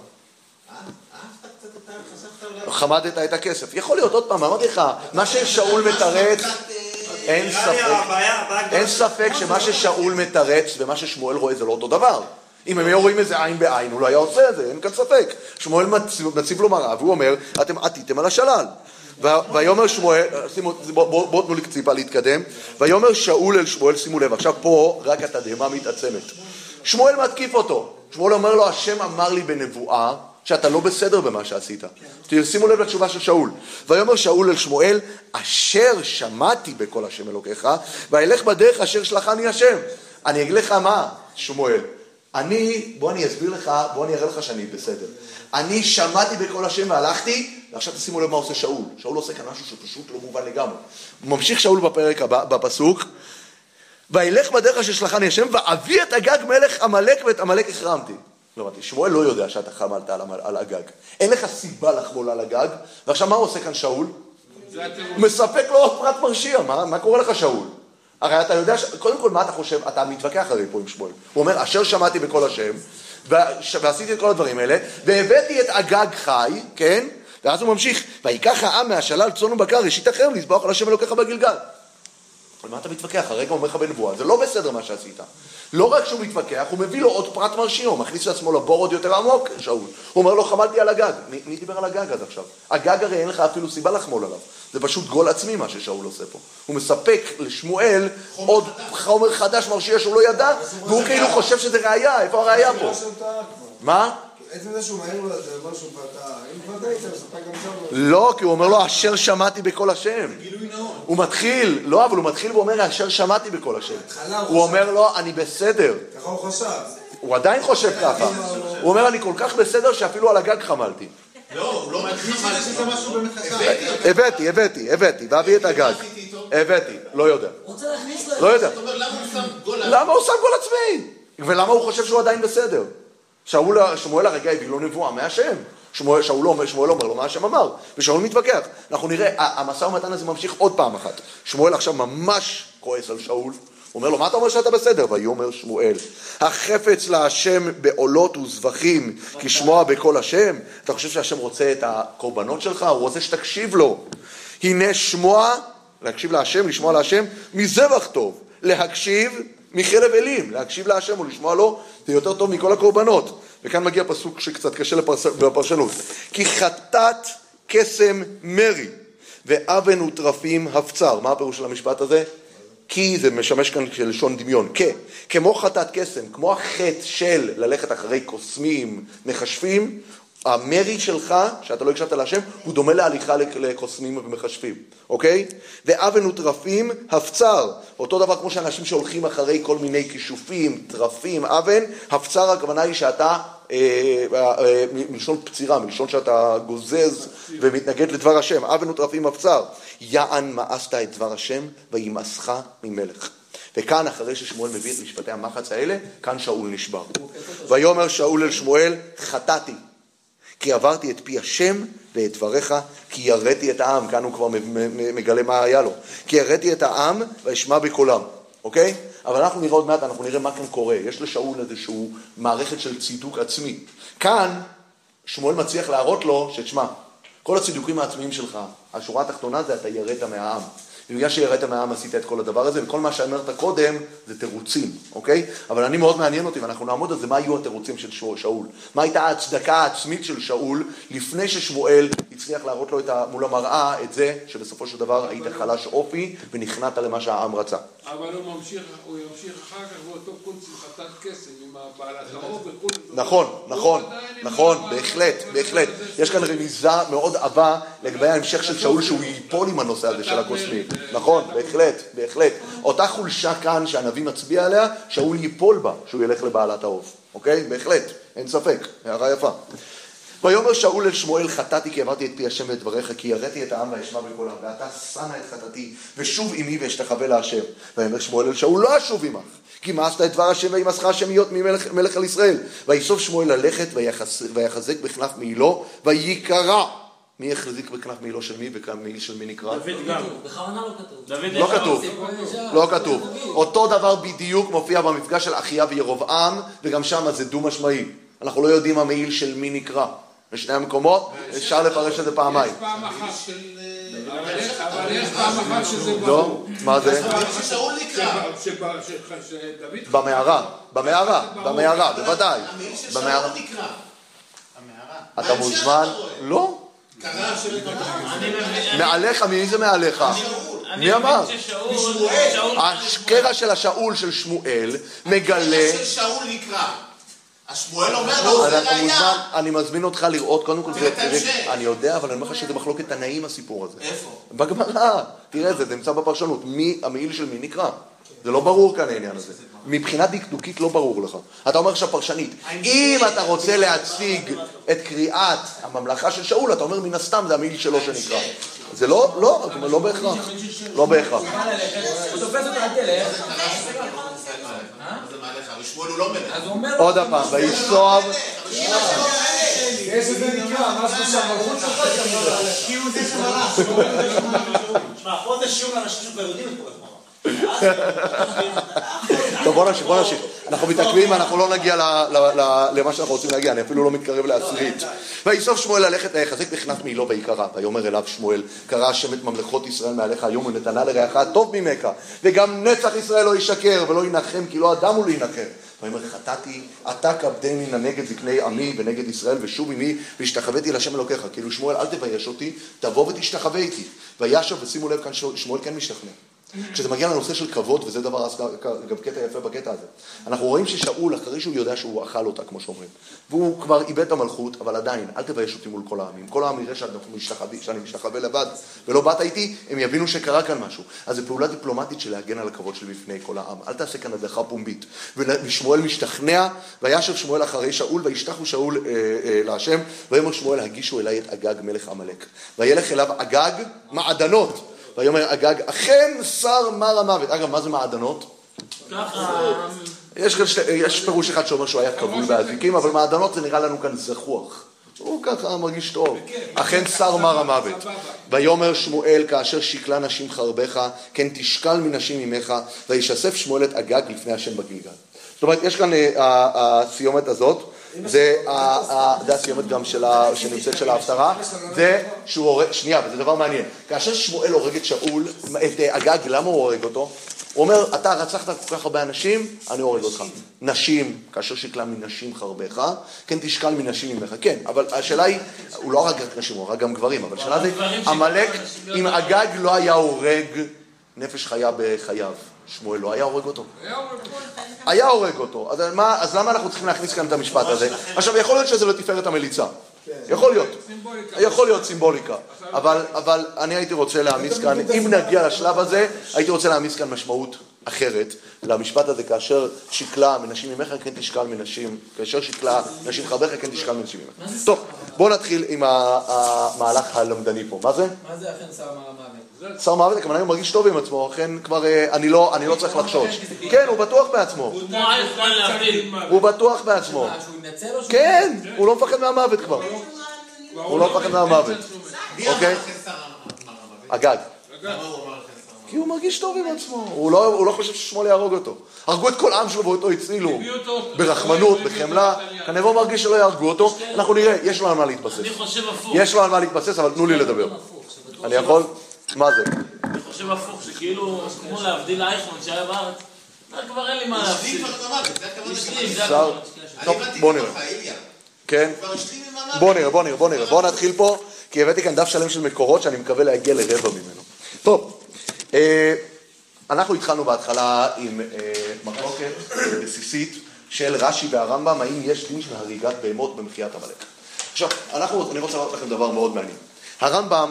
חמדת את הכסף. יכול להיות, עוד פעם, אמרתי לך, מה ששאול מתרץ, אין ספק, אין ספק שמה ששאול מתרץ ומה ששמואל רואה זה לא אותו דבר. אם הם היו רואים איזה עין בעין, הוא לא היה עושה את זה, אין כאן ספק. שמואל מציב לו מראה, והוא אומר, אתם עטיתם על השלל. ויאמר שמואל, בואו תנו לי קציפה להתקדם, ויאמר שאול אל שמואל, שימו לב, עכשיו פה רק התדהמה מתעצמת. שמואל מתקיף אותו, שמואל אומר לו, השם אמר לי בנבואה, שאתה לא בסדר במה שעשית. שימו לב לתשובה של שאול. ויאמר שאול אל שמואל, אשר שמעתי בקול השם אלוקיך, ואלך בדרך אשר שלחני השם. אני אגיד לך מה, שמואל, אני, בוא אני אסביר לך, בוא אני אראה לך שאני בסדר. אני שמעתי בקול השם והלכתי, ועכשיו תשימו לב מה עושה שאול. שאול עושה כאן משהו שפשוט לא מובן לגמרי. ממשיך שאול בפרק הבא, בפסוק, וילך בדרך אשר שלחני השם, ואביא את אגג מלך עמלק ואת עמלק החרמתי. לא אמרתי, שמואל לא יודע שאתה חמלת על, על הגג. אין לך סיבה לחמול על הגג. ועכשיו מה הוא עושה כאן שאול? הוא מספק לו עוד פרט מרשיע. מה, מה קורה לך שאול? הרי אתה יודע, ש... קודם כל מה אתה חושב? אתה מתווכח הרי פה עם שמואל. הוא אומר, אשר שמעתי בקול השם, ועשיתי את כל הדברים האלה, והבאתי את אגג חי, כן? ואז הוא ממשיך, ויקח העם מהשלל צאן ובקר, ראשית אחר, לזבוח על השם אלוקיך בגלגל. על מה אתה מתווכח? הרגע אומר לך בנבואה, זה לא בסדר מה שעשית. לא רק שהוא מתווכח, הוא מביא לו עוד פרט מרשיע, הוא מכניס לעצמו לבור עוד יותר עמוק, שאול. הוא אומר לו, חמלתי על הגג. מי, מי דיבר על הגג עד עכשיו? הגג הרי אין לך אפילו סיבה לחמול עליו. זה פשוט גול עצמי מה ששאול עושה פה. הוא מספק לשמואל עוד חומר חדש מרשיע שהוא לא ידע, והוא כאילו חושב שזה ראייה. איפה הראייה פה? מה? עצם זה שהוא מעיר לו את זה, משהו ואתה, אם כבר דייצה, אז אתה גם שם לא, כי הוא אומר לו, אשר שמעתי בקול השם. הוא מתחיל, לא, אבל הוא מתחיל ואומר, אשר שמעתי בקול השם. הוא אומר לו, אני בסדר. ככה הוא חושב. הוא עדיין חושב ככה. הוא אומר, אני כל כך בסדר שאפילו על הגג חמלתי. לא, הוא לא מדגיש את זה שזה משהו באמת חשב. הבאתי, הבאתי, הבאתי, ואביא את הגג. הבאתי, לא יודע. רוצה להכניס לו... לא יודע. זאת אומרת, למה הוא שם גול? למה הוא שם גול עצמי? ולמה הוא חושב שהוא עדיין בסדר? שמואל הרגע הביא לו נבואה מהשם. שמואל אומר לו מה השם אמר, ושאול מתווכח. אנחנו נראה, המסע ומתן הזה ממשיך עוד פעם אחת. שמואל עכשיו ממש כועס על שאול. הוא אומר לו, מה אתה אומר שאתה בסדר? ויאמר שמואל, החפץ להשם בעולות וזבחים, כשמוע בקול השם. אתה חושב שהשם רוצה את הקורבנות שלך? הוא רוצה שתקשיב לו. הנה שמוע, להקשיב להשם, לשמוע להשם, מזבח טוב. להקשיב מחלב אלים, להקשיב להשם ולשמוע לו, זה יותר טוב מכל הקורבנות. וכאן מגיע פסוק שקצת קשה לפרשנות. כי חטאת קסם מרי, ואבן וטרפים הפצר. מה הפירוש של המשפט הזה? כי זה משמש כאן לשון דמיון. כ, כמו חטאת קסם, כמו החטא של ללכת אחרי קוסמים, מחשבים, המרי שלך, שאתה לא הקשבת להשם, הוא דומה להליכה לקוסמים ומחשבים, אוקיי? ואבן וטרפים הפצר, אותו דבר כמו שאנשים שהולכים אחרי כל מיני כישופים, טרפים, אבן, הפצר הכוונה היא שאתה, אה, אה, מלשון פצירה, מלשון שאתה גוזז ומתנגד לדבר השם, אבן וטרפים הפצר, יען מאסת את דבר השם וימאסך ממלך. וכאן אחרי ששמואל מביא את משפטי המחץ האלה, כאן שאול נשבר. ויאמר שאול אל שמואל, חטאתי. כי עברתי את פי השם ואת דבריך, כי יראתי את העם, כאן הוא כבר מגלה מה היה לו, כי יראתי את העם ואשמע בקולם, אוקיי? אבל אנחנו נראה עוד מעט, אנחנו נראה מה כאן קורה, יש לשאול איזשהו מערכת של צידוק עצמי. כאן שמואל מצליח להראות לו שתשמע, כל הצידוקים העצמיים שלך, השורה התחתונה זה אתה יראת מהעם. ובגלל שיראת מהעם עשית את כל הדבר הזה, וכל מה שאמרת קודם זה תירוצים, אוקיי? אבל אני מאוד מעניין אותי, ואנחנו נעמוד על זה, מה היו התירוצים של שאול? מה הייתה ההצדקה העצמית של שאול, לפני ששמואל הצליח להראות לו את ה, מול המראה את זה, שבסופו של דבר היית חלש אופי, ונכנעת למה שהעם רצה. אבל הוא ממשיך, הוא ימשיך אחר כך באותו קונץ עם חטאת קסם, עם בעלת הרוב וכו'. נכון, נכון, נכון, בהחלט, בהחלט. יש כאן רמיזה מאוד עבה לגבי ההמשך של שאול, שהוא ייפול עם הנושא הזה של הקוסמים. נכון, בהחלט, בהחלט. אותה חולשה כאן שהנביא מצביע עליה, שאול ייפול בה, שהוא ילך לבעלת העוף. אוקיי? בהחלט, אין ספק. הערה יפה. ויאמר שאול אל שמואל, חטאתי כי עברתי את פי השם ואת דבריך, כי יראתי את העם ואשמע בקולם, ואתה שנא את חטאתי, ושוב עמי ואשתחווה להשם. ויאמר שמואל אל שאול, לא אשוב עמך, כי מאסת את דבר השם וימאסך השם להיות ממלך על ישראל. ויסוף שמואל ללכת ויחזק בכנף מעילו, ויקרא. מי יחזיק בכנף מעילו של מי ומעיל של מי נקרא? דוד גם. בכוונה לא כתוב. לא כתוב, לא כתוב. אותו דבר בדיוק מופיע במפגש של אחיה וירבעם, וגם שם זה דו משמעי. אנחנו לא יודעים המעיל של מי נקרא. בשני המקומות אפשר לפרש את זה פעמיים. יש פעם אחת של... אבל יש פעם אחת שזה ברור. לא? מה זה? ששאול נקרא. שדוד... במערה, במערה, במערה, בוודאי. המעיל של שאול במערה. נקרא. המערה. אתה מוזמן? לא. קרא של... מעליך, מי זה מעליך? מי אמר? השקרא של השאול של שמואל מגלה... של שאול נקרא. השמואל אומר לו, זה ראייה. אני מזמין אותך לראות, קודם כל, אני יודע, אבל אני אומר לך שזה מחלוקת תנאים הסיפור הזה. איפה? בגמרא, תראה, זה נמצא בפרשנות, המעיל של מי נקרא. זה לא ברור כאן העניין הזה. מבחינה דקדוקית לא ברור לך. אתה אומר עכשיו פרשנית, אם אתה רוצה להציג את קריאת הממלכה של שאול, אתה אומר מן הסתם זה המעיל שלו שנקרא. זה לא, לא, לא בהכרח. לא בהכרח. הוא תופס אותה על תלך. זה מעליך, ושמואל הוא לא מלך. עוד הפעם, ויסוב... יש שזה נקרא, משהו שהמלכות שלך כמובן. כאילו זה שברח. שמע, פה זה שיעור לאנשים שכבר יודעים את כל הזמן. טוב, בוא נמשיך, בוא נמשיך. אנחנו מתעכבים, אנחנו לא נגיע למה שאנחנו רוצים להגיע, אני אפילו לא מתקרב לעשירית. ויסוף שמואל ללכת ויחזק בכנף מעילו ויקרא, ויאמר אליו שמואל, קרא השם את ממלכות ישראל מעליך היום ונתנה לרעך טוב ממך, וגם נצח ישראל לא ישקר ולא ינחם, כי לא אדם הוא להינחם. ויאמר חטאתי, אתה כבדני נגד זקני עמי ונגד ישראל ושוב עמי והשתחוויתי להשם אלוקיך. כאילו שמואל אל תבייש אותי, תבוא ותשתחווה איתי. וישב ושימו לב כאן שמואל כן משתכנע. כשזה מגיע לנושא של כבוד, וזה דבר, גם קטע יפה בקטע הזה. אנחנו רואים ששאול, אחרי שהוא יודע שהוא אכל אותה, כמו שאומרים, והוא כבר איבד את המלכות, אבל עדיין, אל תבייש אותי מול כל העמים. כל העם יראה שאני משתחווה לבד, ולא באת איתי, הם יבינו שקרה כאן משהו. אז זו פעולה דיפלומטית של להגן על הכבוד שלי בפני כל העם. אל תעשה כאן הדחה פומבית. ושמואל משתכנע, וישב שמואל אחרי שאול, וישתחו שאול אה, אה, להשם, ויאמר שמואל, הגישו אליי את אגג מלך עמלק. וילך אליו אגג מעדנות. ויאמר אגג, אכן שר מר המוות. אגב, מה זה מעדנות? יש, יש פירוש אחד שאומר שהוא היה כבול באזיקים, אבל מעדנות זה נראה לנו כאן זכוח. הוא ככה מרגיש טוב. אכן שר מר המוות. ויאמר שמואל, כאשר שקלה נשים חרבך, כן תשקל מנשים ממך, וישסף שמואל את אגג לפני השם בגילגל. זאת אומרת, יש כאן הסיומת הזאת, זה הסיומת גם שנמצאת של ההפטרה, זה שהוא הורג, שנייה, וזה דבר מעניין. כאשר שמואל הורג את שאול, את אגג, למה הוא הורג אותו? הוא אומר, אתה רצחת כל כך הרבה אנשים, אני הורג אותך. נשים, כאשר שקלה מנשים חרבך, כן תשקל מנשים ממך. כן, אבל השאלה היא, הוא לא הרג רק נשים, הוא הרג גם גברים, אבל השאלה זה, עמלק, אם אגג לא היה הורג נפש חיה בחייו, שמואל לא היה הורג אותו. היה הורג אותו. אז, מה, אז למה אנחנו צריכים להכניס כאן את המשפט הזה? עכשיו, יכול להיות שזה לא תפארת המליצה. יכול להיות. יכול להיות סימבוליקה. אבל, אבל אני הייתי רוצה להעמיס כאן, אם נגיע לשלב הזה, הייתי רוצה להעמיס כאן משמעות אחרת למשפט הזה, כאשר שקלה מנשים ממך, כן תשקל מנשים, כאשר שקלה נשים חרבך, כן תשקל מנשים ממך. טוב, בואו נתחיל עם המהלך הלמדני פה. מה זה? מה זה אכן שר מר המוות? שר מוות, הכוונה הוא מרגיש טוב עם עצמו, אכן כבר, אני לא, אני לא צריך לחשוש. כן, הוא בטוח בעצמו. הוא בטוח בעצמו. כן, הוא לא מפחד מהמוות כבר. הוא לא מפחד מהמוות. אוקיי? אגג. כי הוא מרגיש טוב עם עצמו. הוא לא, הוא לא חושב ששמואל יהרוג אותו. הרגו את כל עם שלו ואותו הצילו. ברחמנות, בחמלה. כנראה הוא מרגיש שלא יהרגו אותו. אנחנו נראה, יש לו על מה להתבסס. אני חושב הפוך. יש לו על מה להתבסס, אבל תנו לי לדבר. אני יכול? מה זה? אני חושב הפוך, שכאילו, כמו להבדיל אייכמן שהיה בארץ, כבר אין לי מה להבדיל. טוב, בוא נראה. כן? בוא נראה, בוא נראה, בוא נראה. בוא נתחיל פה, כי הבאתי כאן דף שלם של מקורות שאני מקווה להגיע לרבע ממנו. טוב, אנחנו התחלנו בהתחלה עם מחלוקת בסיסית של רש"י והרמב"ם, האם יש דין של הריגת בהמות במחיית עמלק. עכשיו, אנחנו, אני רוצה להראות לכם דבר מאוד מעניין. הרמב"ם,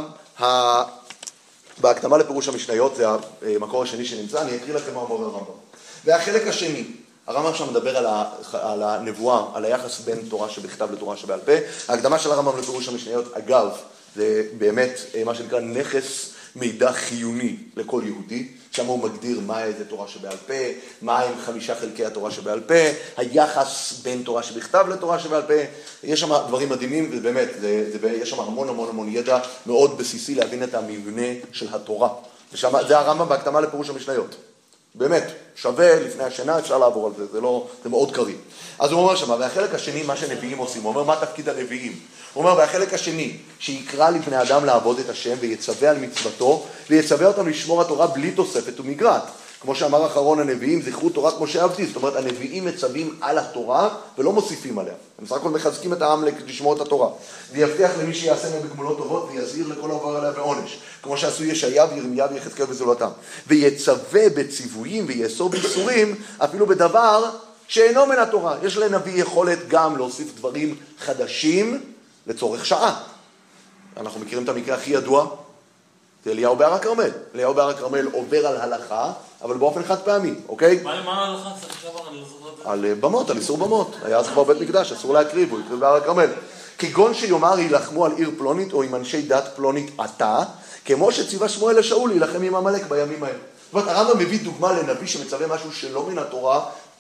בהקדמה לפירוש המשניות, זה המקור השני שנמצא, אני אקריא לכם מה אומר הרמב"ם. והחלק השני, הרמב"ם שם מדבר על, ה, על הנבואה, על היחס בין תורה שבכתב לתורה שבעל פה. ההקדמה של הרמב"ם לפירוש המשניות, אגב, זה באמת מה שנקרא נכס מידע חיוני לכל יהודי, שם הוא מגדיר מה זה תורה שבעל פה, מה הם חמישה חלקי התורה שבעל פה, היחס בין תורה שבכתב לתורה שבעל פה, יש שם דברים מדהימים, ובאמת, זה, זה, יש שם המון המון המון ידע מאוד בסיסי להבין את המבנה של התורה. ושם, זה הרמב"ם בהקדמה לפירוש המשניות. באמת, שווה לפני השינה, אפשר לעבור על זה, זה, לא, זה מאוד קריא. אז הוא אומר שם, והחלק השני, מה שנביאים עושים, הוא אומר, מה תפקיד הנביאים? הוא אומר, והחלק השני, שיקרא לבני אדם לעבוד את השם ויצווה על מצוותו, ויצווה אותם לשמור התורה בלי תוספת ומגרעת. כמו שאמר אחרון הנביאים, זכרו תורת משה עבדי, זאת אומרת, הנביאים מצווים על התורה ולא מוסיפים עליה. הם סך הכל מחזקים את העם לשמור את התורה. ויבטיח למי שיעשה מהם בגמולות טובות ויזהיר לכל העובר עליה בעונש. כמו שעשו ישעיה וירמיה ויחזקאל וזולתם. ויצווה בציוויים ויאסור באיסורים, אפילו בדבר שאינו מן התורה. יש לנביא יכולת גם להוסיף דברים חדשים לצורך שעה. אנחנו מכירים את המקרה הכי ידוע, זה אליהו בהר הכרמל. אליהו בהר הכרמל עובר על הלכה, אבל באופן חד פעמי, אוקיי? מה ההלכה? אני לא זוכר. על במות, על איסור במות. היה אז כבר בית מקדש, אסור להקריב, הוא הקריב בהר הכרמל. כגון שיאמר יילחמו על עיר פלונית או עם אנשי דת פלונית עתה, כמו שציווה שמואל לשאול להילחם עם עמלק בימים האלה. זאת אומרת, הרמב"ם מביא דוגמה לנביא שמצווה משהו שלא מן התורה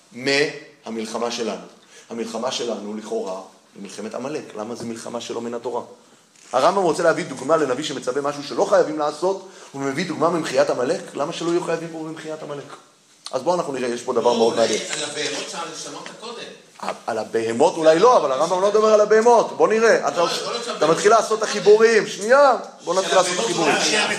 מהמלחמה שלנו. המלחמה שלנו לכאורה היא מלחמת עמלק. למה זה מלחמה שלא מן התורה? הרמב"ם רוצה להביא דוגמה לנביא שמצווה משהו שלא חייבים לעשות, הוא מביא דוגמה ממחיית עמלק, למה שלא יהיו חייבים פה במחיית עמלק? אז בואו אנחנו נראה, יש פה דבר מאוד מעניין. על הבהמות שאתה שמעת קודם. על הבהמות אולי לא, אבל הרמב"ם לא מדבר על הבהמות, בוא נראה. אתה מתחיל לעשות את החיבורים, שנייה, בוא נתחיל לעשות את החיבורים.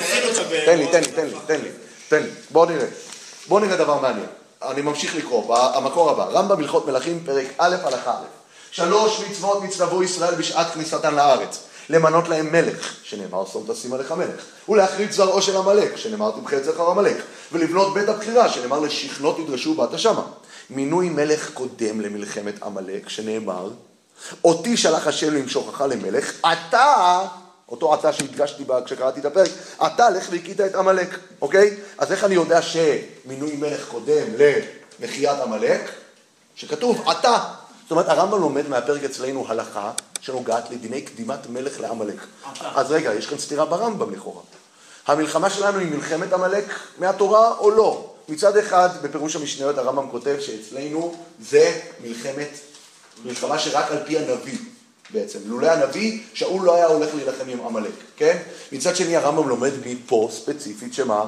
תן לי, תן לי, תן לי, תן לי, תן לי, בוא נראה. בוא נראה דבר מעניין. אני ממשיך לקרוא, המקור הבא, רמב"ם הלכות מלכים, פרק א' הלכה א'. שלוש מצוות נצטוו ישראל בשעת כניסתן לארץ. למנות להם מלך, שנאמר שום תשים עליך מלך, ולהחריב זרעו של המלך, שנאמר תמחה את זכר המלך, ולבנות בית הבחירה, שנאמר לשכנות ידרשו באת שמה. מינוי מלך קודם למלחמת המלך, שנאמר, אותי שלח השם למשוכך למלך, אתה, אותו אתה שהדגשתי בה כשקראתי את הפרק, אתה לך והכית את המלך, אוקיי? אז איך אני יודע שמינוי מלך קודם למחיית המלך? שכתוב, אתה. זאת אומרת, הרמב"ם לומד מהפרק אצלנו הלכה שנוגעת לדיני קדימת מלך לעמלק. אז רגע, יש כאן סתירה ברמב"ם לכאורה. המלחמה שלנו היא מלחמת עמלק מהתורה או לא? מצד אחד, בפירוש המשניות הרמב"ם כותב שאצלנו זה מלחמת, מלחמה שרק על פי הנביא בעצם. לולא הנביא, שאול לא היה הולך להילחם עם עמלק, כן? מצד שני הרמב"ם לומד מפה ספציפית שמה?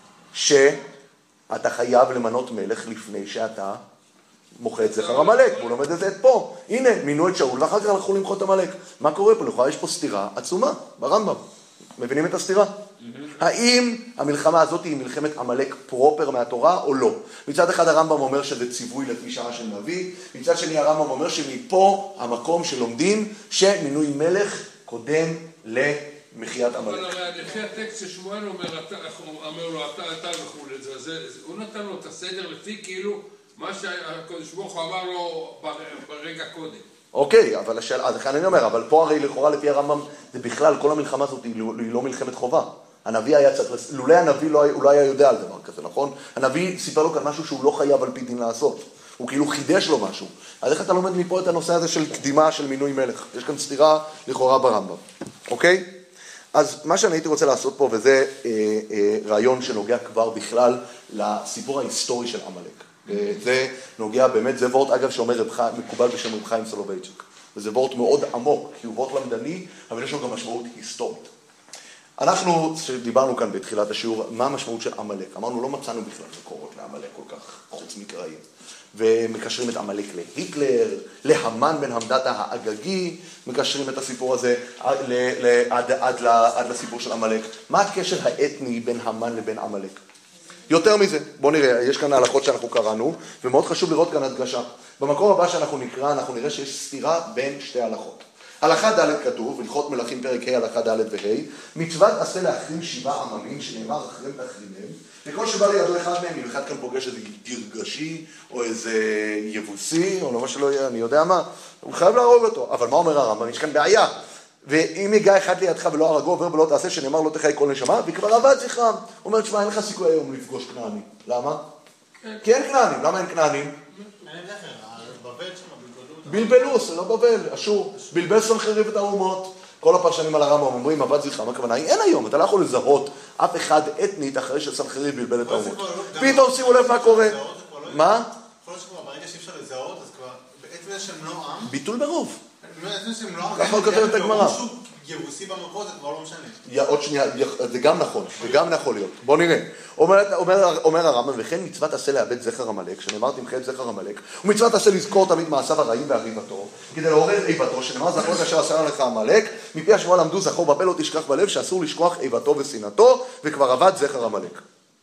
שאתה חייב למנות מלך לפני שאתה מוחה את זכר עמלק, והוא לומד את זה את פה. הנה, מינו את שאול, ואחר כך הלכו למחות עמלק. מה קורה פה? לכאורה יש פה סתירה עצומה ברמב"ם. מבינים את הסתירה? האם המלחמה הזאת היא מלחמת עמלק פרופר מהתורה או לא? מצד אחד הרמב"ם אומר שזה ציווי לפי שעה של נביא, מצד שני הרמב"ם אומר שמפה המקום שלומדים שמינוי מלך קודם למחיית עמלק. אבל הרי לפי הטקסט ששמואל אומר, אומר לו אתה, אתה וכו', הוא נתן לו את הסדר לפי כאילו מה שהקדוש ברוך הוא אמר לו ברגע קודם. אוקיי, אבל השאלה, אז כאן אני אומר, אבל פה הרי לכאורה לפי הרמב"ם, זה בכלל, כל המלחמה הזאת היא לא מלחמת חובה. הנביא היה צריך, לולא הנביא הוא לא היה יודע על דבר כזה, נכון? הנביא סיפר לו כאן משהו שהוא לא חייב על פי דין לעשות. הוא כאילו חידש לו משהו. אז איך אתה לומד מפה את הנושא הזה של קדימה של מינוי מלך? יש כאן סתירה לכאורה ברמב"ם. אוקיי? אז מה שאני הייתי רוצה לעשות פה, וזה אה, אה, רעיון שנוגע כבר בכלל לסיפור ההיסטורי של עמלק. זה נוגע באמת, זה וורט אגב שאומר רב חיים, מקובל בשם רב חיים סולובייצ'יק. וזה וורט מאוד עמוק, כי הוא וורט למדני, אבל יש לו גם משמעות היסטורית. אנחנו, שדיברנו כאן בתחילת השיעור, מה המשמעות של עמלק? אמרנו, לא מצאנו בכלל מקורות לעמלק כל כך, חוץ מקראיים. ומקשרים את עמלק להיטלר, להמן בן המדתה האגגי, מקשרים את הסיפור הזה עד, עד, עד, עד לסיפור של עמלק. מה הקשר האתני בין המן לבין עמלק? יותר מזה, בואו נראה, יש כאן ההלכות שאנחנו קראנו, ומאוד חשוב לראות כאן הדגשה. במקום הבא שאנחנו נקרא, אנחנו נראה שיש סתירה בין שתי ההלכות. הלכה ד' כתוב, הלכות מלכים פרק ה' הלכה ד' וה', מצוות עשה להחרים שבעה עממים, שנאמר אחרים תחרימם, וכל שבא לידו אחד מהם, אם אחד כאן פוגש איזה גרגשי, או איזה יבוסי, או לא מה שלא יהיה, אני יודע מה, הוא חייב להרוג אותו. אבל מה אומר הרמב"ם? יש כאן בעיה. ואם יגע אחד לידך ולא הרגו עובר ולא תעשה, שנאמר לא תחי כל נשמה, וכבר עבד זכרם. הוא אומר, תשמע, אין לך סיכוי היום לפגוש כנענים. למה? כי אין כנענים. למה אין כנענים? בלבלו, זה לא בבל, אשור. בלבל סנחריב את האומות. כל הפרשנים על הרמב"ם אומרים, עבד זכרם, הכוונה היא, אין היום, אתה לא יכול לזהות אף אחד אתנית אחרי שסנחריב בלבל את האומות. פתאום שימו לב מה קורה. מה? יכול להיות שכבר ברגע שאי אפשר לזהות, אז כבר בעצם יש שם לא עם. ביטול ברוב. ככה הוא כותב את הגמרא. יבוסי במקור זה כבר לא משנה. עוד שנייה, זה גם נכון, זה גם יכול להיות. בוא נראה. אומר, אומר, אומר הרמב"ם, וכן מצוות עשה לאבד זכר עמלק, שנאמר תמחה את זכר עמלק, ומצוות עשה לזכור תמיד מעשיו הרעים והריבתו, כדי לעורר איבתו, שנאמר זכור את אשר עשה לך עמלק, מפי השמוע למדו זכור בפה לא תשכח בלב, שאסור לשכוח איבתו ושנאתו, וכבר עבד זכר עמלק.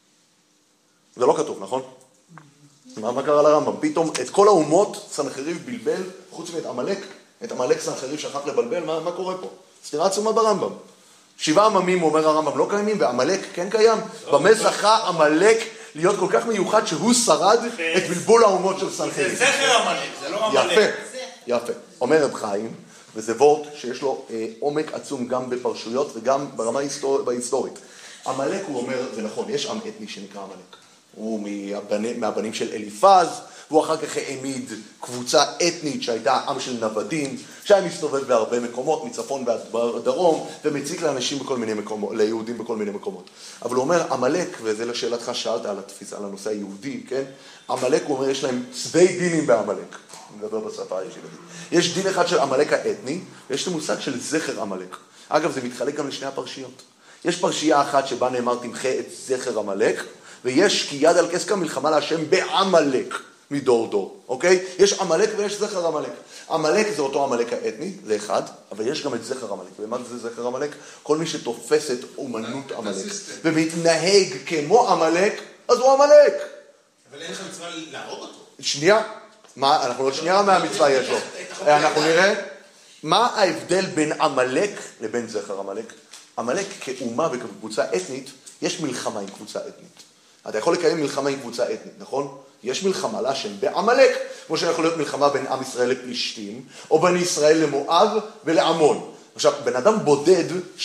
זה לא כתוב, נכון? מה, מה קרה לרמב"ם? פתאום את כל האומות סנחריב בלבל, חוץ מאת עמלק, את עמלק סנחריב שכח לבלבל, מה, מה קורה פה? סתירה עצומה ברמב"ם. שבעה עממים, אומר הרמב"ם, לא קיימים, ועמלק כן קיים. במה זכה עמלק להיות כל כך מיוחד שהוא שרד את בלבול האומות של סנחריב. זה זכר עמלק, זה לא עמלק. יפה, יפה. אומר רב חיים, וזה וורט שיש לו אה, עומק עצום גם בפרשויות וגם ברמה ההיסטורית. עמלק, הוא אומר, זה נכון, יש עם אתני שנקרא עמלק. הוא מהבנים, מהבנים של אליפז, והוא אחר כך העמיד קבוצה אתנית שהייתה עם של נוודים, שהיה מסתובב בהרבה מקומות, מצפון ועד דרום, ומציק לאנשים בכל מיני מקומות, ליהודים בכל מיני מקומות. אבל הוא אומר, עמלק, וזה לשאלתך שאלת על התפיסה, על הנושא היהודי, כן? עמלק, הוא אומר, יש להם צווי דינים בעמלק. אני מדבר בשפה הישיבתית. יש דין אחד של עמלק האתני, ויש את המושג של זכר עמלק. אגב, זה מתחלק גם לשני הפרשיות. יש פרשייה אחת שבה נאמר תמחה את זכר עמלק, ויש כי יד על כסקה מלחמה להשם בעמלק מדור דור, אוקיי? יש עמלק ויש זכר עמלק. עמלק זה אותו עמלק האתני, זה אחד, אבל יש גם את זכר עמלק. ומה זה זכר עמלק? כל מי שתופס את אומנות עמלק ומתנהג כמו עמלק, אז הוא עמלק. אבל אין לך מצווה להרוג אותו. שנייה, מה? אנחנו עוד שנייה מהמצווה יש לו. אנחנו נראה, מה ההבדל בין עמלק לבין זכר עמלק? עמלק כאומה וכקבוצה אתנית, יש מלחמה עם קבוצה אתנית. אתה יכול לקיים מלחמה עם קבוצה אתנית, נכון? יש מלחמה להשם בעמלק, כמו שיכול להיות מלחמה בין עם ישראל לפלישתים, או בין ישראל למואב ולעמון. עכשיו, בן אדם בודד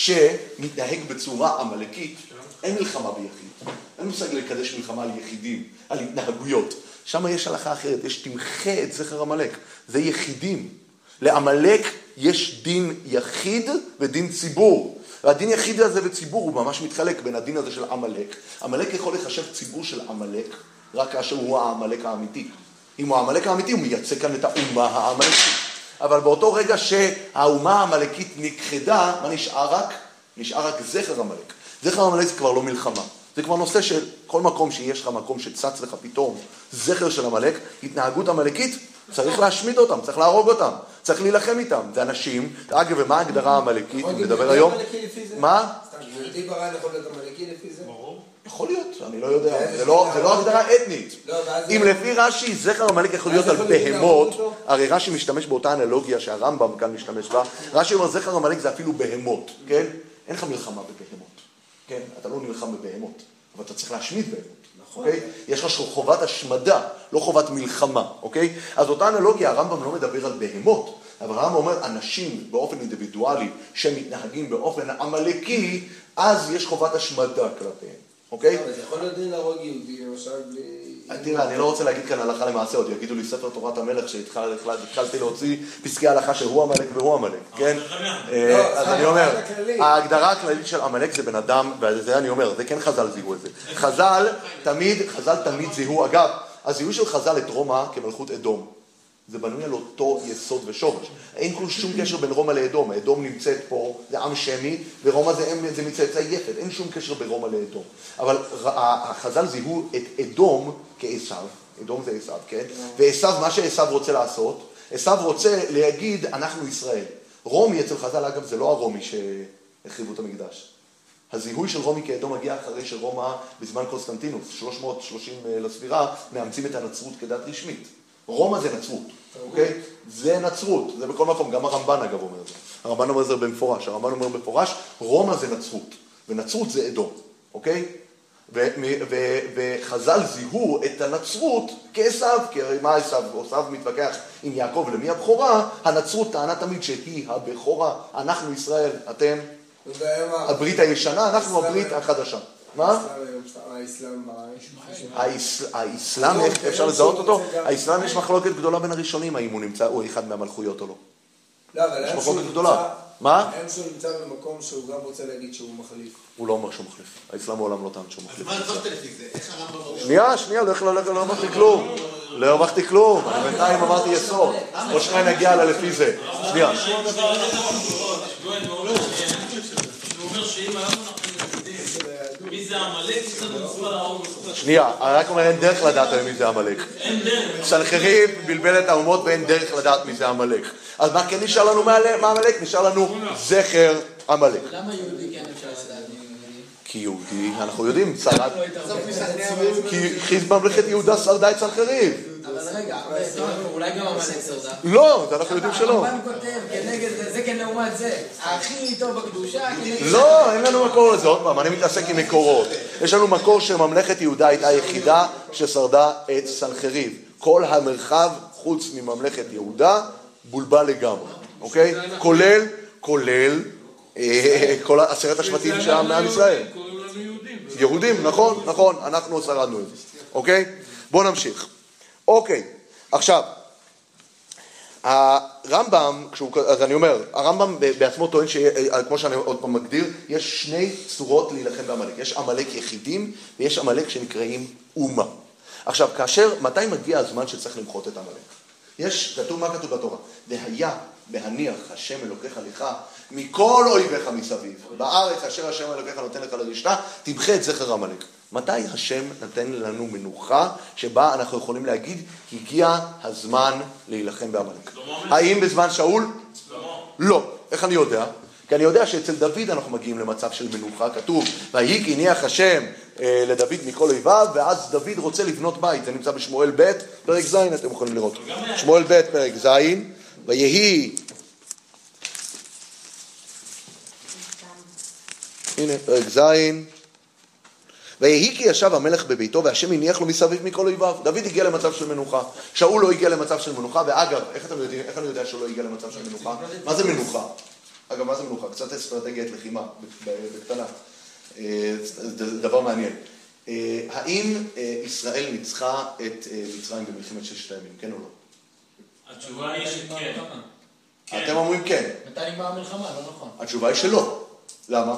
שמתנהג בצורה עמלקית, אין מלחמה ביחיד. אין מושג לקדש מלחמה על יחידים, על התנהגויות. שם יש הלכה אחרת, יש תמחה את זכר עמלק. זה יחידים. לעמלק יש דין יחיד ודין ציבור. והדין יחיד הזה וציבור הוא ממש מתחלק בין הדין הזה של עמלק. עמלק יכול לחשב ציבור של עמלק, רק כאשר הוא העמלק האמיתי. אם הוא העמלק האמיתי, הוא מייצג כאן את האומה העמלקית. אבל באותו רגע שהאומה העמלקית נכחדה, מה נשאר רק? נשאר רק זכר עמלק. זכר עמלק זה כבר לא מלחמה. זה כבר נושא של כל מקום שיש לך מקום שצץ לך פתאום זכר של עמלק, התנהגות עמלקית, צריך להשמיד אותם, צריך להרוג אותם, צריך להילחם איתם. זה אנשים, אגב, ומה ההגדרה העמלקית? נדבר היום. מה? יהודי ברן יכול להיות עמלקי לפי זה? יכול להיות, אני לא יודע. זה לא הגדרה אתנית. אם לפי רש"י, זכר עמלק יכול להיות על בהמות, הרי רש"י משתמש באותה אנלוגיה שהרמב"ם כאן משתמש בה. רש"י אומר, זכר עמלק זה אפילו בהמות, כן? אין לך מלחמה בבהמות. כן, אתה לא נלחם בבהמות, אבל אתה צריך להשמיד בהמות. אוקיי? יש לך חובת השמדה, לא חובת מלחמה, אוקיי? אז אותה אנלוגיה, הרמב"ם לא מדבר על בהמות, אבל הרמב"ם אומר, אנשים באופן אינדיבידואלי שמתנהגים באופן עמלקי, אז יש חובת השמדה כלפיהם, אוקיי? אבל זה יכול להיות דין להרוג יהודי, למשל בלי... תראה, אני לא רוצה להגיד כאן הלכה למעשה, עוד יגידו לי ספר תורת המלך שהתחלתי להוציא פסקי הלכה שהוא עמלק והוא עמלק, כן? אז אני אומר, ההגדרה הכללית של עמלק זה בן אדם, וזה אני אומר, זה כן חז"ל זיהו את זה. חז"ל תמיד, חז"ל תמיד זיהו, אגב, הזיהוי של חז"ל את רומא כמלכות אדום. זה בנוי על אותו יסוד ושורש. אין כל שום קשר בין רומא לאדום. אדום נמצאת פה, זה עם שמי, ורומא זה, זה מצאצאי יפת. אין שום קשר בין רומא לאדום. אבל החז"ל זיהו את אדום כעשיו. אדום זה עשיו, כן? ועשיו, מה שעשיו רוצה לעשות, עשיו רוצה להגיד, אנחנו ישראל. רומי אצל חז"ל, אגב, זה לא הרומי שהחריבו את המקדש. הזיהוי של רומי כאדום מגיע אחרי שרומא, בזמן קונסטנטינוס, שלוש מאות ושלושים לספירה, מאמצים את הנצרות כדת רשמית. רומא זה נצרות, אוקיי? זה נצרות, זה בכל מקום, גם הרמב"ן אגב אומר את זה. הרמב"ן אומר את זה במפורש, הרמב"ן אומר במפורש, רומא זה נצרות, ונצרות זה אדום, אוקיי? וחז"ל זיהו את הנצרות כעשיו, כי הרי מה עשיו? עשיו מתווכח עם יעקב למי הבכורה, הנצרות טענה תמיד שהיא הבכורה, אנחנו ישראל, אתם, הברית הישנה, אנחנו הברית החדשה. מה? האסלאם, אפשר לזהות אותו? האסלאם יש מחלוקת גדולה בין הראשונים, האם הוא נמצא, הוא אחד מהמלכויות או לא. לא, אבל יש מחלוקת גדולה. מה? האם שהוא נמצא במקום שהוא גם רוצה להגיד שהוא מחליף. הוא לא אומר שהוא מחליף. האסלאם העולם לא טען שהוא מחליף. אז מה הלכת לפי זה? איך הרמב"ם אומר? שנייה, שנייה, לא הרווחתי כלום. לא הרווחתי כלום. אני בינתיים אמרתי יסוד. עוד שניה נגיע לה לפי זה. שנייה. מי זה עמלק? שנייה, אני רק אומר, אין דרך לדעת מי זה עמלק. אין דרך. סנחריב בלבל את האומות ואין דרך לדעת מי זה עמלק. אז מה כן נשאר לנו מעמלק? נשאר לנו זכר עמלק. למה יהודי כן אפשר לדעת? כי יהודי, אנחנו יודעים, שרד... כי חיז ממלכת יהודה שרדה את סנחריב. אבל רגע, אולי גם עמלק שרדה. לא, זה אנחנו יודעים שלא. הרמב"ם כותב, כנגד זה כן לעומת זה. הכי טוב בקדושה, כנגד... לא, אין לנו מקור לזה. עוד פעם, אני מתעסק עם מקורות. יש לנו מקור שממלכת יהודה הייתה היחידה ששרדה את סנחריב. כל המרחב חוץ מממלכת יהודה בולבל לגמרי. אוקיי? כולל, כולל כל עשרת השבטים שם מעם ישראל. יהודים, נכון, נכון, אנחנו שרדנו את זה. אוקיי? בואו נמשיך. אוקיי, עכשיו, הרמב"ם, אז אני אומר, הרמב"ם בעצמו טוען שכמו שאני עוד פעם מגדיר, יש שני צורות להילחם בעמלק. יש עמלק יחידים ויש עמלק שנקראים אומה. עכשיו, כאשר, מתי מגיע הזמן שצריך למחות את עמלק? יש, כתוב, מה כתוב בתורה? והיה בהניח השם אלוקיך לך מכל אויביך מסביב. בארץ אשר השם אלוקיך נותן לך לרשתה, תמחה את זכר עמלק. מתי השם נתן לנו מנוחה שבה אנחנו יכולים להגיד, הגיע הזמן להילחם בעמלק? האם בזמן שאול? לא. איך אני יודע? כי אני יודע שאצל דוד אנחנו מגיעים למצב של מנוחה, כתוב, ויהי הניח השם לדוד מכל אויביו, ואז דוד רוצה לבנות בית, זה נמצא בשמואל ב' פרק ז', אתם יכולים לראות. שמואל ב' פרק ז', ויהי הנה, פרק זין. ויהי כי ישב המלך בביתו, והשם הניח לו מסביב מכל אויביו. דוד הגיע למצב של מנוחה. שאול לא הגיע למצב של מנוחה, ואגב, איך אתם יודעים, איך אני יודע שהוא לא הגיע למצב של מנוחה? מה זה מנוחה? אגב, מה זה מנוחה? קצת אסטרטגיית לחימה, בקטנה. זה דבר מעניין. האם ישראל ניצחה את מצרים במלחמת ששת הימים, כן או לא? התשובה היא שכן. אתם אומרים כן. מתי נגמרה המלחמה? לא נכון. התשובה היא שלא. למה?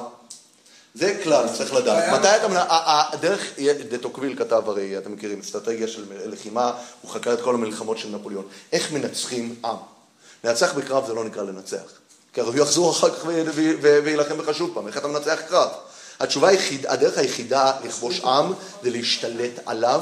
זה כלל, צריך לדעת. מתי אתה מנ... הדרך, דה טוקוויל כתב הרי, אתם מכירים, אסטרטגיה של לחימה, הוא חקר את כל המלחמות של נפוליאון. איך מנצחים עם? לנצח בקרב זה לא נקרא לנצח. כי הרי הוא יחזור אחר כך וילחם בך שוב פעם. איך אתה מנצח קרב? התשובה היחידה, הדרך היחידה לכבוש עם זה להשתלט עליו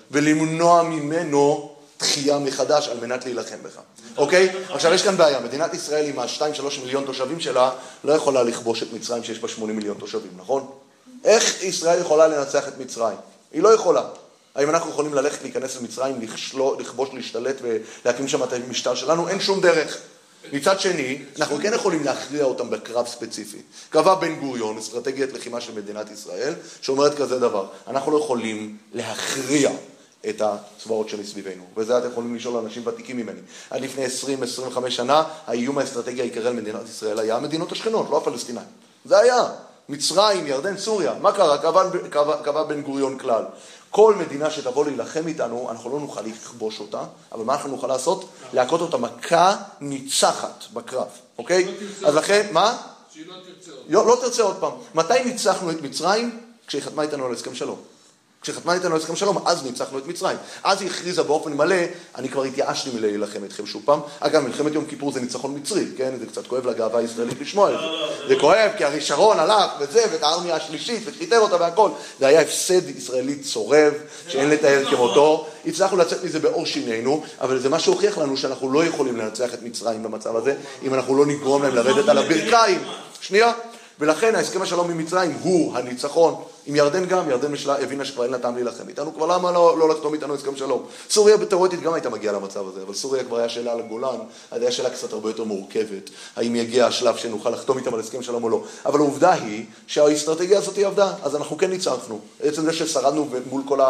ולמנוע ממנו תחייה מחדש על מנת להילחם בך. אוקיי? עכשיו יש כאן בעיה. מדינת ישראל עם ה-שתיים שלוש מיליון תושבים שלה לא יכולה לכבוש את מצרים שיש בה שמונים מיליון תושבים, נכון? איך ישראל יכולה לנצח את מצרים? היא לא יכולה. האם אנחנו יכולים ללכת להיכנס למצרים, לכבוש, להשתלט ולהקים שם את המשטר שלנו? אין שום דרך. מצד שני, אנחנו כן יכולים להכריע אותם בקרב ספציפי. קבע בן גוריון, אסטרטגיית לחימה של מדינת ישראל, שאומרת כזה דבר. אנחנו לא יכולים להכריע את הצבאות שמסביבנו. וזה אתם יכולים לשאול אנשים ותיקים ממני. עד לפני עשרים עשרים וחמש שנה, האיום האסטרטגי העיקרי על מדינת ישראל היה המדינות השכנות, לא הפלסטינאים. זה היה. מצרים, ירדן, סוריה. מה קרה? קבע, קבע, קבע בן גוריון כלל. כל מדינה שתבוא להילחם איתנו, אנחנו לא נוכל לכבוש אותה, אבל מה אנחנו נוכל לעשות? להכות אותה מכה ניצחת בקרב, אוקיי? אז לכן, מה? שהיא לא תרצה עוד. לא, לא תרצה עוד פעם. מתי ניצחנו את מצרים? כשהיא חתמה איתנו על הסכם שלום. כשחתמה איתנו על הסכם שלום, אז ניצחנו את מצרים. אז היא הכריזה באופן מלא, אני כבר התייאשתי מלהילחם איתכם שוב פעם. אגב, מלחמת יום כיפור זה ניצחון מצרי, כן? זה קצת כואב לגאווה הישראלית לשמוע את זה. זה כואב, כי הרי שרון הלך וזה, ואת הארמיה השלישית, וחיתר אותה והכל. זה היה הפסד ישראלי צורב, שאין לתאר כמותו. הצלחנו לצאת מזה באור שינינו, אבל זה מה שהוכיח לנו שאנחנו לא יכולים לנצח את מצרים במצב הזה, אם אנחנו לא נגרום להם לרדת על הברכיים. שנייה. ולכן ההסכם השלום עם מצרים הוא הניצחון. עם ירדן גם, ירדן הבינה שכבר אין לה טעם להילחם איתנו, כבר למה לא, לא לחתום איתנו הסכם שלום? סוריה בתיאורטית גם הייתה מגיעה למצב הזה, אבל סוריה כבר היה שאלה על הגולן, אז היה שאלה קצת הרבה יותר מורכבת, האם יגיע השלב שנוכל לחתום איתם על הסכם שלום או לא. אבל העובדה היא שהאסטרטגיה הזאת היא עבדה, אז אנחנו כן ניצחנו. בעצם זה ששרדנו מול כל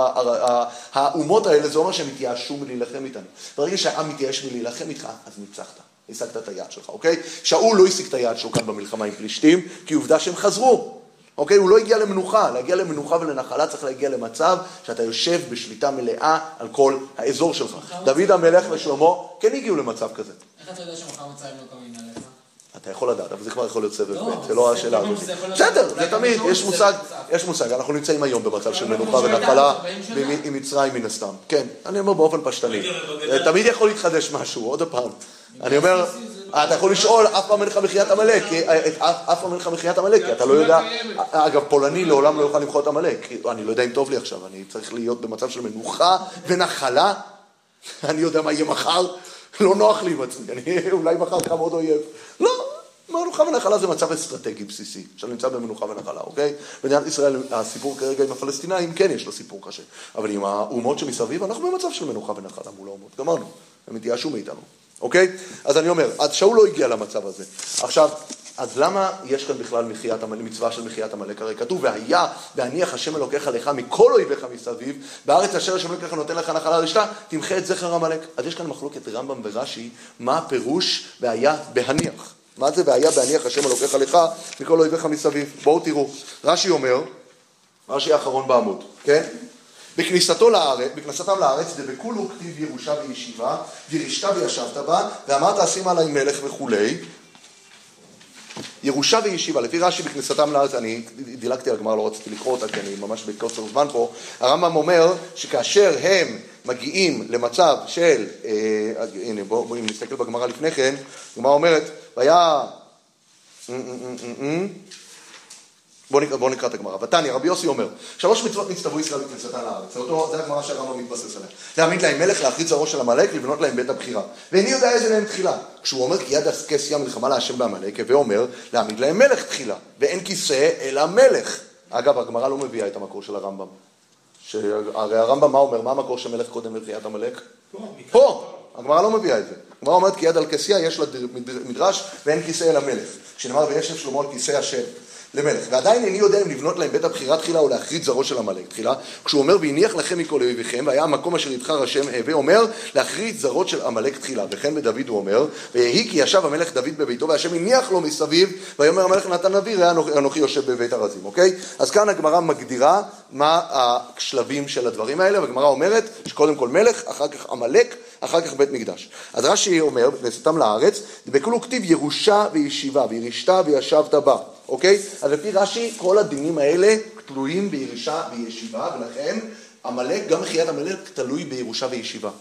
האומות האלה, זה אומר שהם התייאשו מלהילחם איתנו. ברגע שהעם מתייאש מלהילחם איתך, אז ניצחת. השגת את היעד שלך, אוקיי? שאול לא השיג את היעד שלו כאן במלחמה עם פלישתים, כי עובדה שהם חזרו. אוקיי? הוא לא הגיע למנוחה. להגיע למנוחה ולנחלה צריך להגיע למצב שאתה יושב בשליטה מלאה על כל האזור שלך. דוד המלך ושלמה כן הגיעו למצב כזה. איך אתה יודע שמחר מצרים לא קמים עליך? אתה יכול לדעת, אבל זה כבר יכול להיות סבב ב', זה לא השאלה הזאת. בסדר, זה תמיד, יש מושג, יש מושג, אנחנו נמצאים היום במצב של מנוחה ונחלה עם מצרים מן הסתם. כן, אני אומר באופן פשטני. תמיד יכול להתחדש משהו, עוד הפעם. אני אומר, אתה יכול לשאול, אף פעם אין לך מחיית עמלק, אף פעם אין לך מחיית עמלק, כי אתה לא יודע, אגב, פולני לעולם לא יוכל למחות עמלק, אני לא יודע אם טוב לי עכשיו, אני צריך להיות במצב של מנוחה ונחלה, אני יודע מה יהיה מחר, לא נוח לי עם עצמי, אני אולי מחר קם עוד אויב, לא, מנוחה ונחלה זה מצב אסטרטגי בסיסי, שאני נמצא במנוחה ונחלה, אוקיי? מדינת ישראל, הסיפור כרגע עם הפלסטינאים, כן יש לו סיפור קשה, אבל עם האומות שמסביב, אנחנו במצב של מנוחה ונחלה מול האומות, גמרנו, הם התייאשו מאיתנו. אוקיי? אז אני אומר, אז שאול לא הגיע למצב הזה. עכשיו, אז למה יש כאן בכלל מחיית עמלק, מצווה של מחיית עמלק? הרי כתוב, והיה והניח השם אלוקיך לך מכל אויביך מסביב, בארץ אשר השם אלוקיך נותן לך נחלה רשתה, תמחה את זכר עמלק. אז יש כאן מחלוקת רמב"ם ורש"י, מה הפירוש והיה בהניח? מה זה והיה בהניח השם אלוקיך לך מכל אויביך מסביב? בואו תראו. רש"י אומר, רש"י האחרון בעמוד, כן? בכניסתו לארץ, בכנסתם לארץ, דבקולו כתיב ירושה וישיבה, וירשת וישבת בה, ואמרת אשים עלי מלך וכולי. ירושה וישיבה, לפי רש"י בכניסתם לארץ, אני דילגתי על הגמרא, לא רציתי לקרוא אותה, כי אני ממש בקוצר זמן פה. הרמב"ם אומר שכאשר הם מגיעים למצב של, אה, הנה בואו בוא, אם נסתכל בגמרא לפני כן, הגמרא אומרת, והיה... בואו נקרא, בוא נקרא את הגמרא. ותניא, רבי יוסי אומר, שלוש מצוות נצטוו ישראל בכניסתן לארץ. זה, זה הגמרא שהרמב"ם מתבסס עליה. להעמיד להם מלך, להחריץ הראש של עמלק, לבנות להם בית הבחירה. ואיני יודע איזה להם תחילה. כשהוא אומר כי יד כס ים מלחמה להשם בעמלק, ואומר להעמיד להם מלך תחילה. ואין כיסא אלא מלך. אגב, הגמרא לא מביאה את המקור של הרמב"ם. שהרי הרמב"ם מה אומר? מה המקור של מלך קודם לבחיית עמלק? פה. הגמרא לא מביאה את זה. הגמרא אומרת כי יד על כסייה יש לה מדרש ואין כיסא אל המלך. שנאמר וישב שלמה על כיסא השם למלך. ועדיין איני יודע אם לבנות להם בית הבחירה תחילה או להכרית זרעו של עמלק תחילה. כשהוא אומר והניח לכם מכל אויביכם והיה המקום אשר יבחר השם הווה אומר להכרית זרעות של עמלק תחילה. וכן בדוד הוא אומר ויהי כי ישב המלך דוד בביתו והשם הניח לו מסביב ויאמר המלך נתן נביא ראה אנוכי יושב בבית ארזים. אוקיי? אז כאן הגמרא מגדירה מה השלבים של הדברים האלה, והגמרא אומרת שקודם כל מלך, אחר כך עמלק, אחר כך בית מקדש. אז רש"י אומר, וסתם לארץ, בכולו כתיב ירושה וישיבה, וירשת וישבת בה, אוקיי? אז לפי רש"י, כל הדינים האלה תלויים בירושה וישיבה, ולכן עמלק, גם מחיית עמלק תלוי בירושה וישיבה.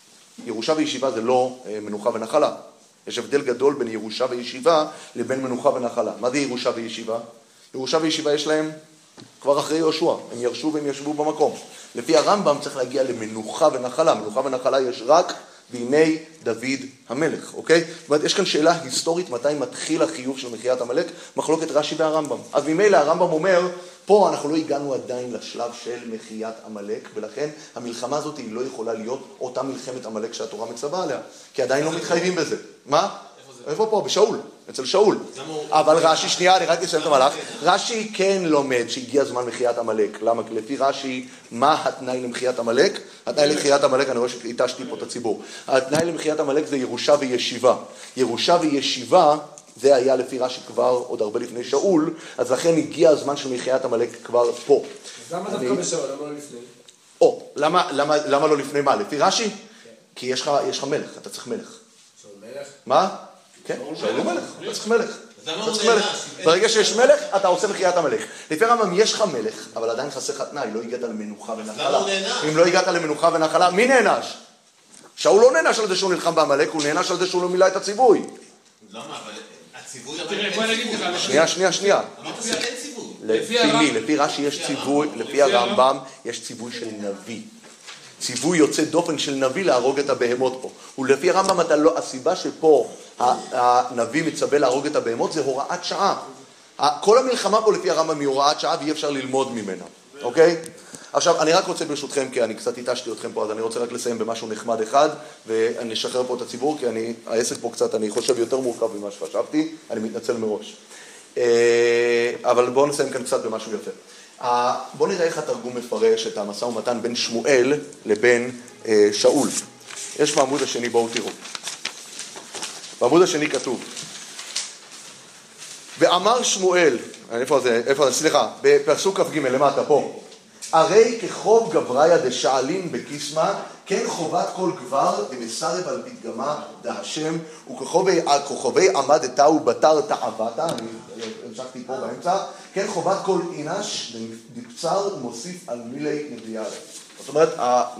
ירושה וישיבה זה לא מנוחה ונחלה. יש הבדל גדול בין ירושה וישיבה לבין מנוחה ונחלה. מה זה ירושה וישיבה? ירושה וישיבה יש להם כבר אחרי יהושע, הם ירשו והם ישבו במקום. לפי הרמב"ם צריך להגיע למנוחה ונחלה, מנוחה ונחלה יש רק בימי דוד המלך, אוקיי? זאת אומרת, יש כאן שאלה היסטורית מתי מתחיל החיוב של מחיית עמלק, מחלוקת רש"י והרמב"ם. אז ממילא הרמב"ם אומר, פה אנחנו לא הגענו עדיין לשלב של מחיית עמלק, ולכן המלחמה הזאת היא לא יכולה להיות אותה מלחמת עמלק שהתורה מצווה עליה, כי עדיין לא מתחייבים בזה. מה? איפה פה? בשאול, אצל שאול. אבל רש"י, שנייה, אני רק אסיים את המהלך. רש"י כן לומד שהגיע זמן מחיית עמלק. למה? כי לפי רש"י, מה התנאי למחיית עמלק? התנאי למחיית עמלק, אני רואה שהתשתי פה את הציבור. התנאי למחיית עמלק זה ירושה וישיבה. ירושה וישיבה, זה היה לפי רש"י כבר עוד הרבה לפני שאול, אז לכן הגיע הזמן של מחיית עמלק כבר פה. אז למה דווקא בשאול? למה לא לפני? או, למה לא לפני מה? לפי רש"י? כי יש לך מלך, אתה צריך מלך. שאול מלך? מה? כן, שאול הוא מלך, אתה צריך מלך. אתה צריך מלך. ברגע שיש מלך, אתה עושה מחיית המלך. לפי הרמב"ם יש לך מלך, אבל עדיין חסר לך תנאי, לא הגעת למנוחה ונחלה. אם לא הגעת למנוחה ונחלה, מי נענש? שאול לא נענש על זה שהוא נלחם בעמלק, הוא נענש על זה שהוא לא מילא את הציווי. למה? אבל הציווי... תראה, בוא נגיד לך... שנייה, שנייה, שנייה. אמרת שאין ציווי. לפי מי? לפי רש"י יש ציווי, לפי הרמב"ם יש ציווי של נביא. ציווי יוצא דופן של נביא להרוג את הבהמות פה. ולפי הרמב"ם אתה לא, הסיבה שפה הנביא מצווה להרוג את הבהמות זה הוראת שעה. כל המלחמה פה לפי הרמב"ם היא הוראת שעה ואי אפשר ללמוד ממנה. אוקיי? עכשיו, אני רק רוצה ברשותכם, כי אני קצת התשתי אתכם פה, אז אני רוצה רק לסיים במשהו נחמד אחד, ואני אשחרר פה את הציבור, כי אני, העסק פה קצת, אני חושב יותר מורכב ממה שחשבתי, אני מתנצל מראש. אבל בואו נסיים כאן קצת במשהו יפה. בואו נראה איך התרגום מפרש את המשא ומתן בין שמואל לבין שאול. יש בעמוד השני, בואו תראו. בעמוד השני כתוב, ואמר שמואל, איפה זה, איפה זה, סליחה, בפסוק כ"ג למטה, פה. הרי כחוב גבריה דשאלין בקיסמה, כן חובת כל גבר דמסרב על פתגמה דהשם, וככוכבי עמד אתהו בתר תאוותה, אני המשכתי פה באמצע, כן חובת כל אינש דבצר מוסיף על מילי נביאה. זאת אומרת,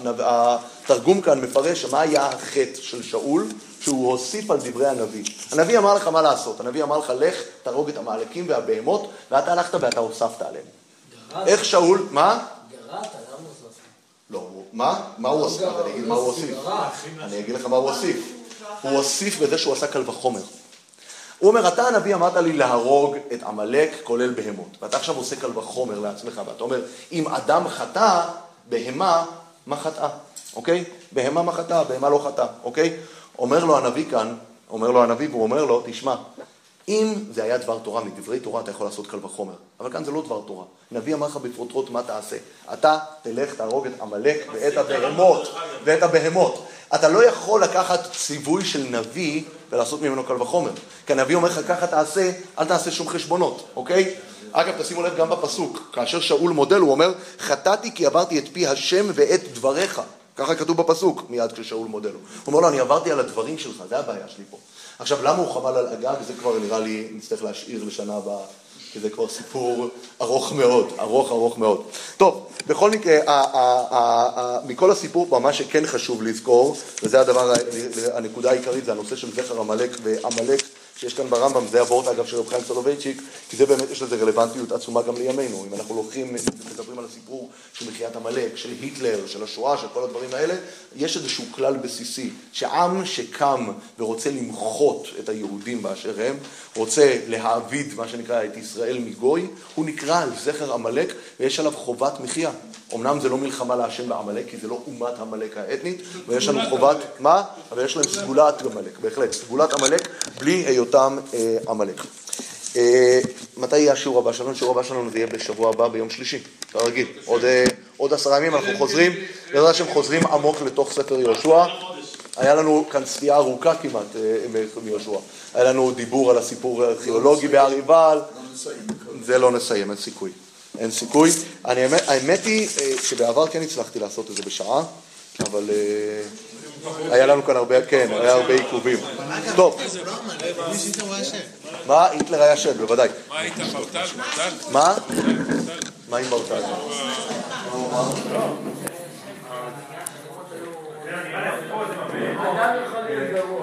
התרגום כאן מפרש מה היה החטא של שאול, שהוא הוסיף על דברי הנביא. הנביא אמר לך מה לעשות, הנביא אמר לך לך תרוג את המעלקים והבהמות, ואתה הלכת ואתה הוספת עליהם. איך שאול, מה? גרעת, למה הוספת? לא, מה? מה הוא הוסיף? אני אגיד מה הוא הוסיף. אני אגיד לך מה הוא הוסיף. הוא הוסיף בזה שהוא עשה קל וחומר. הוא אומר, אתה הנביא אמרת לי להרוג את עמלק כולל בהמות. ואתה עכשיו עושה קל וחומר לעצמך, ואתה אומר, אם אדם חטא, בהמה, מה חטאה? אוקיי? בהמה מה חטאה, בהמה לא חטאה, אוקיי? אומר לו הנביא כאן, אומר לו הנביא, והוא אומר לו, תשמע, אם זה היה דבר תורה, מדברי תורה אתה יכול לעשות קל וחומר, אבל כאן זה לא דבר תורה. נביא אמר לך בפרוטרוט מה תעשה. אתה תלך תהרוג את עמלק ואת הבהמות, ואת הבהמות. אתה לא יכול לקחת ציווי של נביא ולעשות ממנו קל וחומר. כי הנביא אומר לך ככה תעשה, אל תעשה שום חשבונות, אוקיי? אגב, תשימו לב גם בפסוק, כאשר שאול מודל הוא אומר, חטאתי כי עברתי את פי השם ואת דבריך. ככה כתוב בפסוק, מיד כששאול מודל הוא. הוא אומר לו, אני עברתי על הדברים שלך, זה הבעיה שלי פה. עכשיו, למה הוא חבל על אגג? זה כבר נראה לי, נצטרך להשאיר לשנה הבאה, כי זה כבר סיפור ארוך מאוד, ארוך ארוך מאוד. טוב, בכל מקרה, מכל הסיפור, מה שכן חשוב לזכור, וזה הדבר, הנקודה העיקרית, זה הנושא של זכר עמלק ועמלק, שיש כאן ברמב"ם, זה הוורט אגב של רב חיים סולובייצ'יק, כי זה באמת יש לזה רלוונטיות עצומה גם לימינו. אם אנחנו לוקחים, מדברים על הסיפור של מחיית עמלק, של היטלר, של השואה, של כל הדברים האלה, יש איזשהו כלל בסיסי, שעם שקם ורוצה למחות את היהודים באשר הם, רוצה להעביד מה שנקרא את ישראל מגוי, הוא נקרא על זכר עמלק ויש עליו חובת מחיה. אמנם זה לא מלחמה להשם בעמלק, כי זה לא אומת עמלק האתנית, ויש לנו חובת, מה? אבל יש להם סגולת עמלק, בהחלט, סגולת עמלק בלי היותם עמלק. מתי יהיה השיעור הבא שלנו? השיעור הבא שלנו זה יהיה בשבוע הבא, ביום שלישי, כרגיל. עוד עשרה ימים אנחנו חוזרים, בעזרת השם חוזרים עמוק לתוך ספר יהושע. היה לנו כאן סטייה ארוכה כמעט מיהושע. היה לנו דיבור על הסיפור הארכיאולוגי בהר עיבל. זה לא נסיים, אין סיכוי. אין סיכוי. אני, האמת היא שבעבר כן הצלחתי לעשות את זה בשעה, אבל היה לנו כאן הרבה, כן, היה הרבה עיכובים. טוב. מה? היטלר היה שד, בוודאי. מה היית ברטל? מה? מה עם ברטל? אדם יכול להיות גרוע.